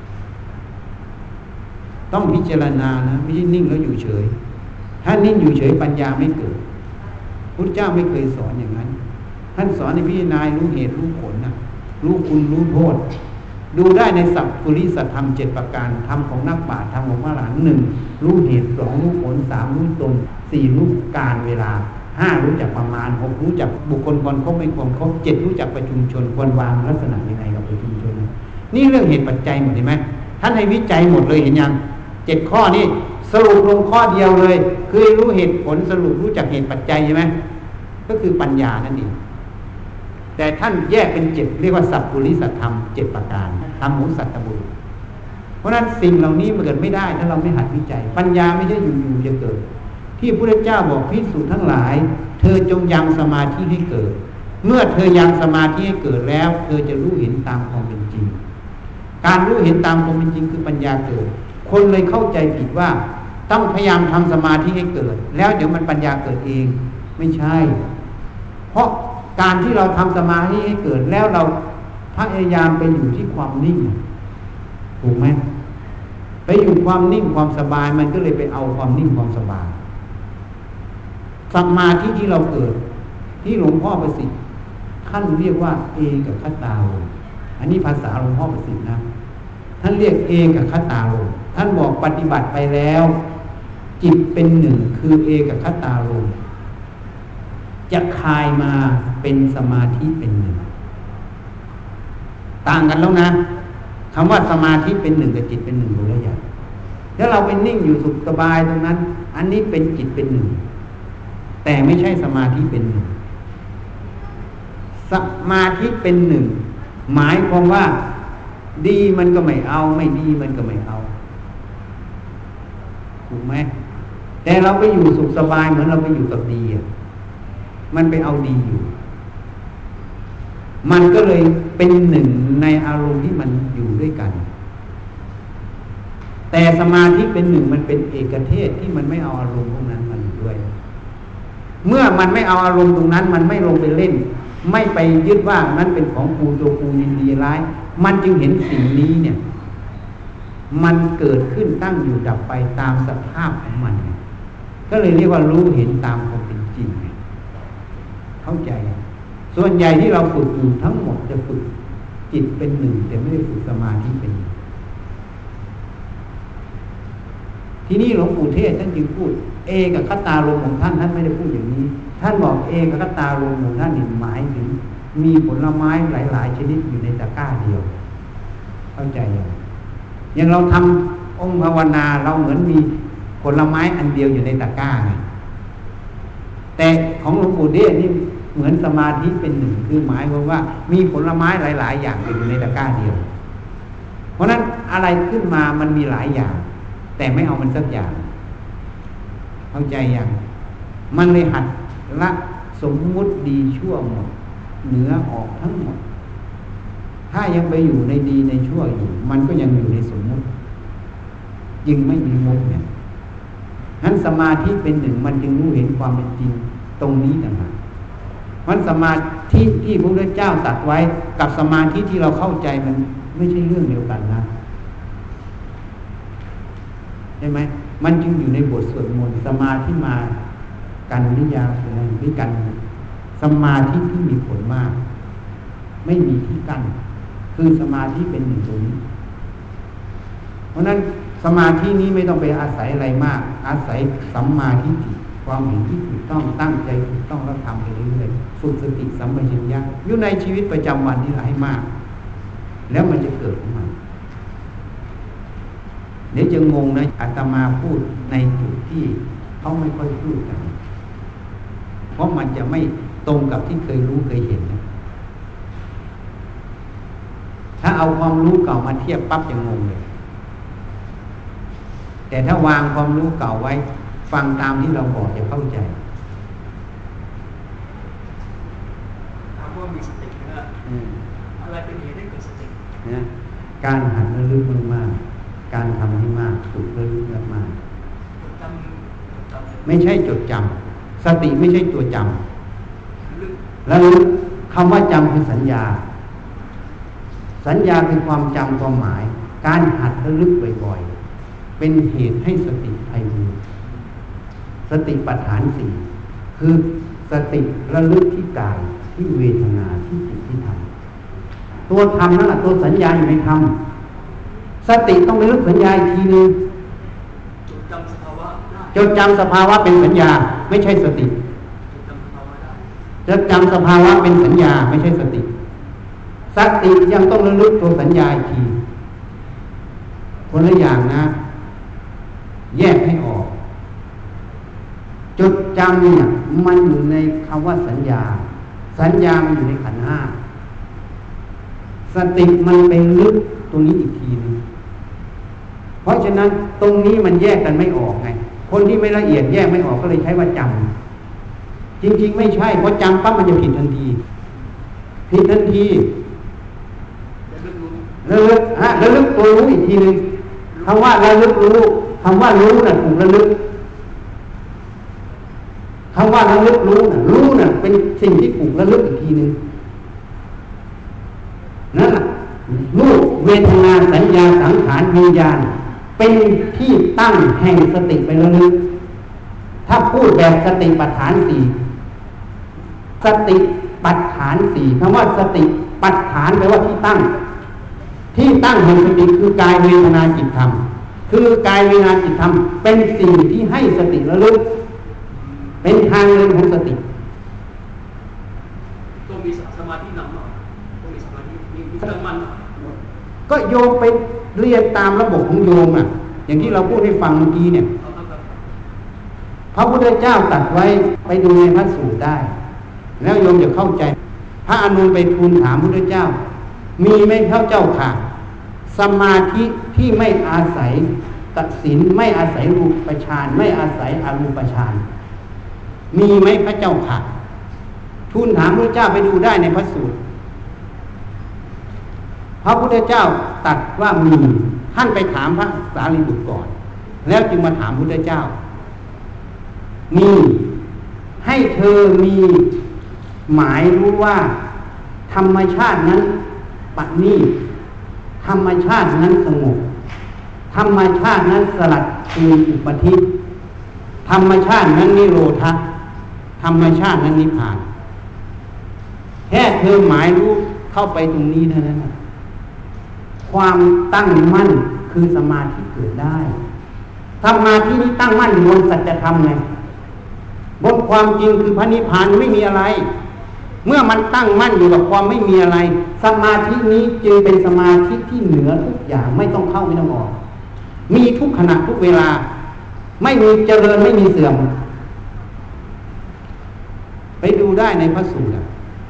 A: ต้องพิจารณานะไม่ใช่นิ่งแล้วอยู่เฉยถ้านิ่งอยู่เฉยปัญญาไม่เกิดพุทธเจ้าไม่เคยสอนอย่างนั้นท่านสอนในพิจารณารู้เหตุรู้ผลนะรู้คุณรู้โทษดูได้ในสัพพุริสธรรมเจ็ดประการธรรมของนักปราชญ์ธรรมของพระอรหันต์หนึ่งรู้เหตุสองรู้ผลสามรู้ตนสี่รู้การเวลาห้ารู้จักประมาณหกรู้จักบุคคลควรครบไม่ควรครบเจ็ดรู้จักประชุมชนควรวางลักษณะยังไงกับประชุมชนนี่เรื่องเหตุปัจจัยหมดเห็นไหมท่านให้วิจัยหมดเลยเห็นยังเจ็ดข้อนี้สรุปลงข้อเดียวเลยคือรู้เหตุผลสรุปรู้จักเหตุปัจจัยใช่ไหมก็คือปัญญานั่นเองแต่ท่านแยกเป็นเจ็ดเรียกว่าสัพพุริสธรรมเจ็ดประการธรรมของสัตตบุรุษเพราะนั้นสิ่งเหล่านี้มันเกิดไม่ได้ถ้าเราไม่หัดวิจัยปัญญาไม่ใช่อยู่ๆจะเกิดที่พระพุทธเจ้าบอกภิกษุทั้งหลายเธอจงยังสมาธิให้เกิดเมื่อเธอยังสมาธิให้เกิดแล้วเธอจะรู้เห็นตามความเป็นจริงการรู้เห็นตามความเป็นจริงคือปัญญาเกิดคนเลยเข้าใจผิดว่าต้องพยายามทำสมาธิให้เกิดแล้วเดี๋ยวมันปัญญาเกิดเองไม่ใช่เพราะการที่เราทำสมาธิให้เกิดแล้วเราพยายามไปอยู่ที่ความนิ่งถูกไหมไปอยู่ความนิ่งความสบายมันก็เลยไปเอาความนิ่งความสบายสมาธิที่เราเกิดที่หลวงพ่อประสิทธิ์ท่านเรียกว่าเอกับคตาโลอันนี้ภาษาหลวงพ่อประสิทธิ์นะท่านเรียกเอกับคตาโลท่านบอกปฏิบัติไปแล้วจิตเป็นหนึ่งคือเอกับคตาโลจะคลายมาเป็นสมาธิเป็นหนึ่งต่างกันแล้วนะคำว่าสมาธิเป็นหนึ่งกับจิตเป็นหนึ่งรู้แล้วอย่างแล้วเราเป็นนิ่งอยู่สุขสบายตรงนั้นอันนี้เป็นจิตเป็นหนึ่งแต่ไม่ใช่สมาธิเป็นหนึ่งสมาธิเป็นหนึ่งหมายความว่าดีมันก็ไม่เอาไม่ดีมันก็ไม่เอาถูกไหมแต่เราไปอยู่สุขสบายเหมือนเราไปอยู่กับดีอ่ะมันไปเอาดีอยู่มันก็เลยเป็นหนึ่งในอารมณ์ที่มันอยู่ด้วยกันแต่สมาธิเป็นหนึ่งมันเป็นเอกเทศที่มันไม่เอาอารมณ์พวกนั้นมันอยู่ด้วยเมื่อมันไม่เอาอารมณ์ตรงนั้นมันไม่ลงไปเล่นไม่ไปยึดว่านั้นเป็นของกูตัวกูยินดีร้ายมันจึงเห็นสิ่งนี้เนี่ยมันเกิดขึ้นตั้งอยู่ดับไปตามสภาพของมันก็เลยเรียกว่ารู้เห็นตามความเป็นจริงเข้าใจส่วนใหญ่ที่เราฝึกอยู่ทั้งหมดจะฝึกจิตเป็นหนึ่งแต่ไม่ได้ฝึกสมาธิเป็นหนึ่งทีนี้หลวงปู่เทศท่านจึงพูดเอกคตารมณ์ของท่านท่านไม่ได้พูดอย่างนี้ท่านบอกเอกคตารมณ์ของท่านนี่หมายถึงมีผลไม้หลายๆชนิดอยู่ในตะกร้าเดียวเข้าใจยังอย่างเราทำองค์ภาวนาเราเหมือนมีผลไม้อันเดียวอยู่ในตะกร้าไงแต่ของหลวงปู่เทศนี่เหมือนสมาธิเป็นหนึ่งคือหมายความว่ามีผลไม้หลายๆอย่างอยู่ในตะกร้าเดียวเพราะนั้นอะไรขึ้นมามันมีหลายอย่างแต่ไม่เอามันสักอย่างเข้าใจยังมันเลยหัดละสมมุติดีชั่วหมดเหนือออกทั้งหมดถ้ายังไปอยู่ในดีในชั่วอยู่มันก็ยังอยู่ในสมมุติจึงไม่มีมุกเนี่ยนั้นสมาธิเป็นหนึ่งมันจึงรู้เห็นความเป็นจริงตรงนี้ต่างหากมันสมาธิที่พระพุทธเจ้าตรัสไว้กับสมาธิที่เราเข้าใจมันไม่ใช่เรื่องเดียวกันนะใช่ไหมมันจึงอยู่ในบทสวดมนต์สมาธิมากันนิยาอะไรด้วยกันสมาธิที่มีผลมากไม่มีที่กั้นคือสมาธิเป็นหนึ่งตรงนี้เพราะนั้นสมาธินี้ไม่ต้องไปอาศัยอะไรมากอาศัยสัมมาทิฏฐิความเห็นที่ถูกต้องตั้งใจถูกต้องแล้วทำไปเรื่อยๆฝึกสติสัมปชัญญะอยู่ในชีวิตประจำวันนี่ให้มากแล้วมันจะเกิดขึ้นมาเดี๋ยวจะงงนะอาตมาพูดในจุดที่เขาไม่ค่อยพูดกันเพราะมันจะไม่ตรงกับที่เคยรู้เคยเห็นนะถ้าเอาความรู้เก่ามาเทียบปั๊บจะงงเลยแต่ถ้าวางความรู้เก่าไว้ฟังตามที่เราบอกจะเข้าใจ
D: ถามว่ามีสตินะอะไรเป็นเหตุให้เกิดสติ
A: นะการหัดระลึกมากๆการทำให้มากฝึกระลึกมากๆไม่ใช่จดจำสติไม่ใช่ตัวจำระลึกคำว่าจำคือสัญญาสัญญาคือความจำความหมายการหัดระลึกบ่อยๆเป็นเหตุให้สติไพบูรย์สติปัฏฐานสี่คือสติระลึกที่กายที่เวทนาที่จิตที่ธรรมตัวธรรมนั่นแหละตัวสัญญาอยู่ในธรรมสติต้องระลึกสัญญาอีกทีนึง
D: จดจำสภาวะ
A: จดจำสภาวะเป็นสัญญาไม่ใช่สติจดจำสภาวะเป็นสัญญาไม่ใช่สติสติยังต้องระลึกตัวสัญญาอีกทีคนละอย่างนะแยกให้ออกจดจำเนี่ยมันอยู่ในคำว่าสัญญาสัญญามันอยู่ในขันธ์ห้าสติมันไปลึกตรงนี้อีกทีนึงเพราะฉะนั้นตรงนี้มันแยกกันไม่ออกไงคนที่ไม่ละเอียดแยกไม่ออกก็เลยใช้ว่าจำจริงๆไม่ใช่เพราะจำปั๊บมันจะผิดทันทีผิดทันทีระลึกฮะระลึกตัวรู้อีกทีนึงคำว่าระลึกรู้คำว่ารู้น่ะถูกระลึกคำว่าระลึกรู้น่ะรู้น่ะเป็นสิ่งที่ถูกระลึกอีกทีนึงนั่นแหละรูปเวทนาสัญญาสังขารวิญญาณเป็นที่ตั้งแห่งสติไประลึกถ้าพูดแบบสติปัฏฐานสี่สติปัฏฐานสี่คำว่าสติปัฏฐานแปลว่าที่ตั้งที่ตั้งแห่งสติคือกายเวทนาจิตธรรมคือกายเวทนาจิตธรรมเป็นสิ่งที่ให้สติระลึกเป็นทางเดินของสติ
D: ต้องมีสมาธินำหน่อยต้องมีสมาธิมีตั้งมั่น
A: ก็โยมไปเรียนตามระบบของโยมอ่ะอย่างที่เราพูดให้ฟังเมื่อกี้เนี่ยพระพุทธเจ้าตรัสไว้ไปดูในพระสูตรได้แล้วโยมจะเข้าใจพระอานนท์ไปทูลถามพระพุทธเจ้ามีไหมเท่าเจ้าค่ะสมาธิที่ไม่อาศัยตัดสินไม่อาศัยรูปฌานไม่อาศัยอรูปฌานมีไหมพระเจ้าค่ะทูลถามพระเจ้าไปดูได้ในพระสูตรพระพุทธเจ้าตรัสว่ามีท่านไปถามพระสารีบุตรก่อนแล้วจึงมาถามพระพุทธเจ้ามีให้เธอมีหมายรู้ว่าธรรมชาตินั้นปณีตธรรมชาตินั้นสงบธรรมชาตินั้นสลัดคืนอุปธิธรรมชาตินั้นนิโรธะธรรมชาตินั้นนิพพานแค่เธอหมายรู้เข้าไปตรงนี้เท่านั้นความตั้งมั่นคือสมาธิเกิดได้สมาธินี้ตั้งมั่นอยู่บนสัจธรรมไงบนความจริงคือพระนิพพานไม่มีอะไรเมื่อมันตั้งมั่นอยู่กับความไม่มีอะไรสมาธินี้จึงเป็นสมาธิที่เหนือทุกอย่างไม่ต้องเข้าไม่ต้องออกมีทุกขณะทุกเวลาไม่มีเจริญไม่มีเสื่อมไปดูได้ในพระสูตรอ่ะ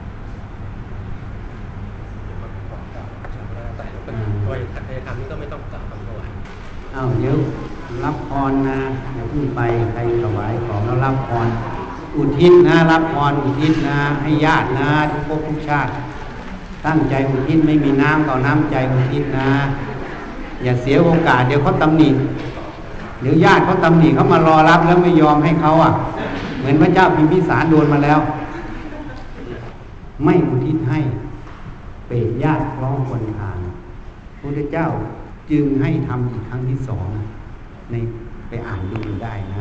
B: โดยขัดในธรรมนี้ก็ไม่ต้องกล่าวคำถวาย
A: อ้าวเดี๋ยวรับพรนะอย่าเพิ่งไปใครถวายของแล้วรับพรอุทิศนะรับพรอุทิศนะให้ญาตินะทุกภพทุกชาติตั้งใจอุทิศไม่มีน้ำก็น้ำใจอุทิศนะอย่าเสียโอกาสเดี๋ยวเขาตำหนิเดี๋ยวญาติเขาตำหนิเขามารอรับแล้วไม่ยอมให้เขาอ่ะเหมือนพระเจ้าพิมพิสารโดนมาแล้วไม่อุทิศให้เปรตญาติร้องคนทางพระพุทธเจ้าจึงให้ทำอีกครั้งที่สองในไปอ่านดูได้นะ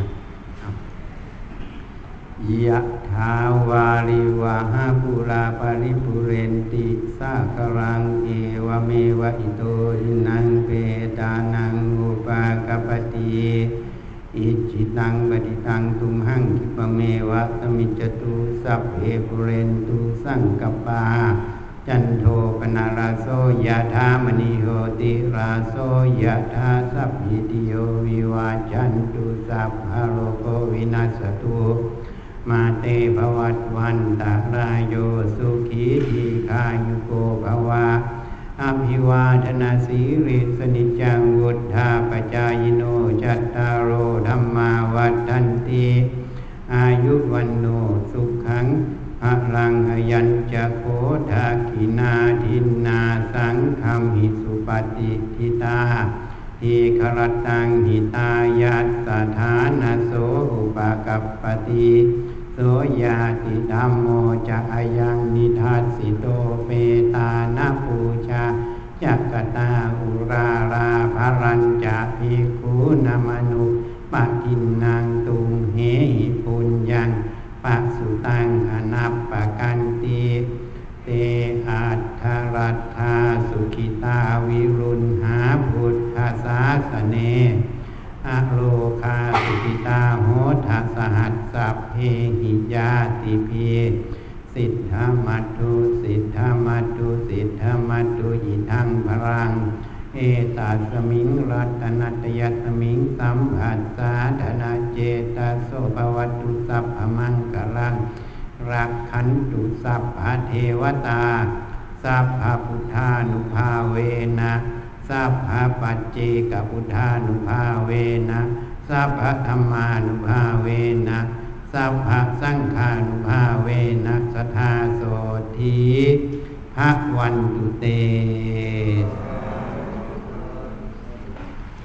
A: ยะถาวาริวะหาปุราปาริปุเรนติสาครังเอวเมวะอิโตทินังเปตานังอุปากปติอิจิตังปฏิตังตุมหังคิปเมวะสมิจจตุสัพเพปุเรนตุสังกปาจันโทปนาราโสยะธามณิโหติราโสยะธาสัพพิติโยวิวาจันตุสัพพะโลกวินัสตุมาเตภวัตวันตารายโยสุขีทีขายุโกภวะอภิวาทนาสีริสนิจังวุฒาปจายโนจัตตารโอธัมมาวัฏันติอายุวันโนสุขังพลังอยัญจะโคทาคินาทินนาสังฆัมหิสุปฏิทิตาทีครตังหิตายัสสถานาโสอุปกัปปติโสยาติธัมโมจะอายังนิทัสสิโตเปตานาปูชาจักตาอุราราภรัญจะภิกขุนามนุปกินนางตุงเหหิปุญญังปัสสุตังอนัปปกันติเตอัตถรัตถาสุขิตาวิรุณหาพุทธศาสเนอโลคาสุขิตาโหทัสหัสสัพเพหิยาติพีสิทธามัตตุสิทธามัตตุสิทธามัตตุอิทังพรังเอตัสมิงรัตนัตยัสมิงสัมผัสสาธนาเจตโสภวัตุสัพพมังกลังรักขันตุสัพพะเทวตาสัพพะพุทธานุภาเวนะสัพพะปัจเจกพุทธานุภาเวนะสัพพะธัมมานุภาเวนะสัพพะสังฆานุภาเวนะสัทธาโสธีภะวันตุเต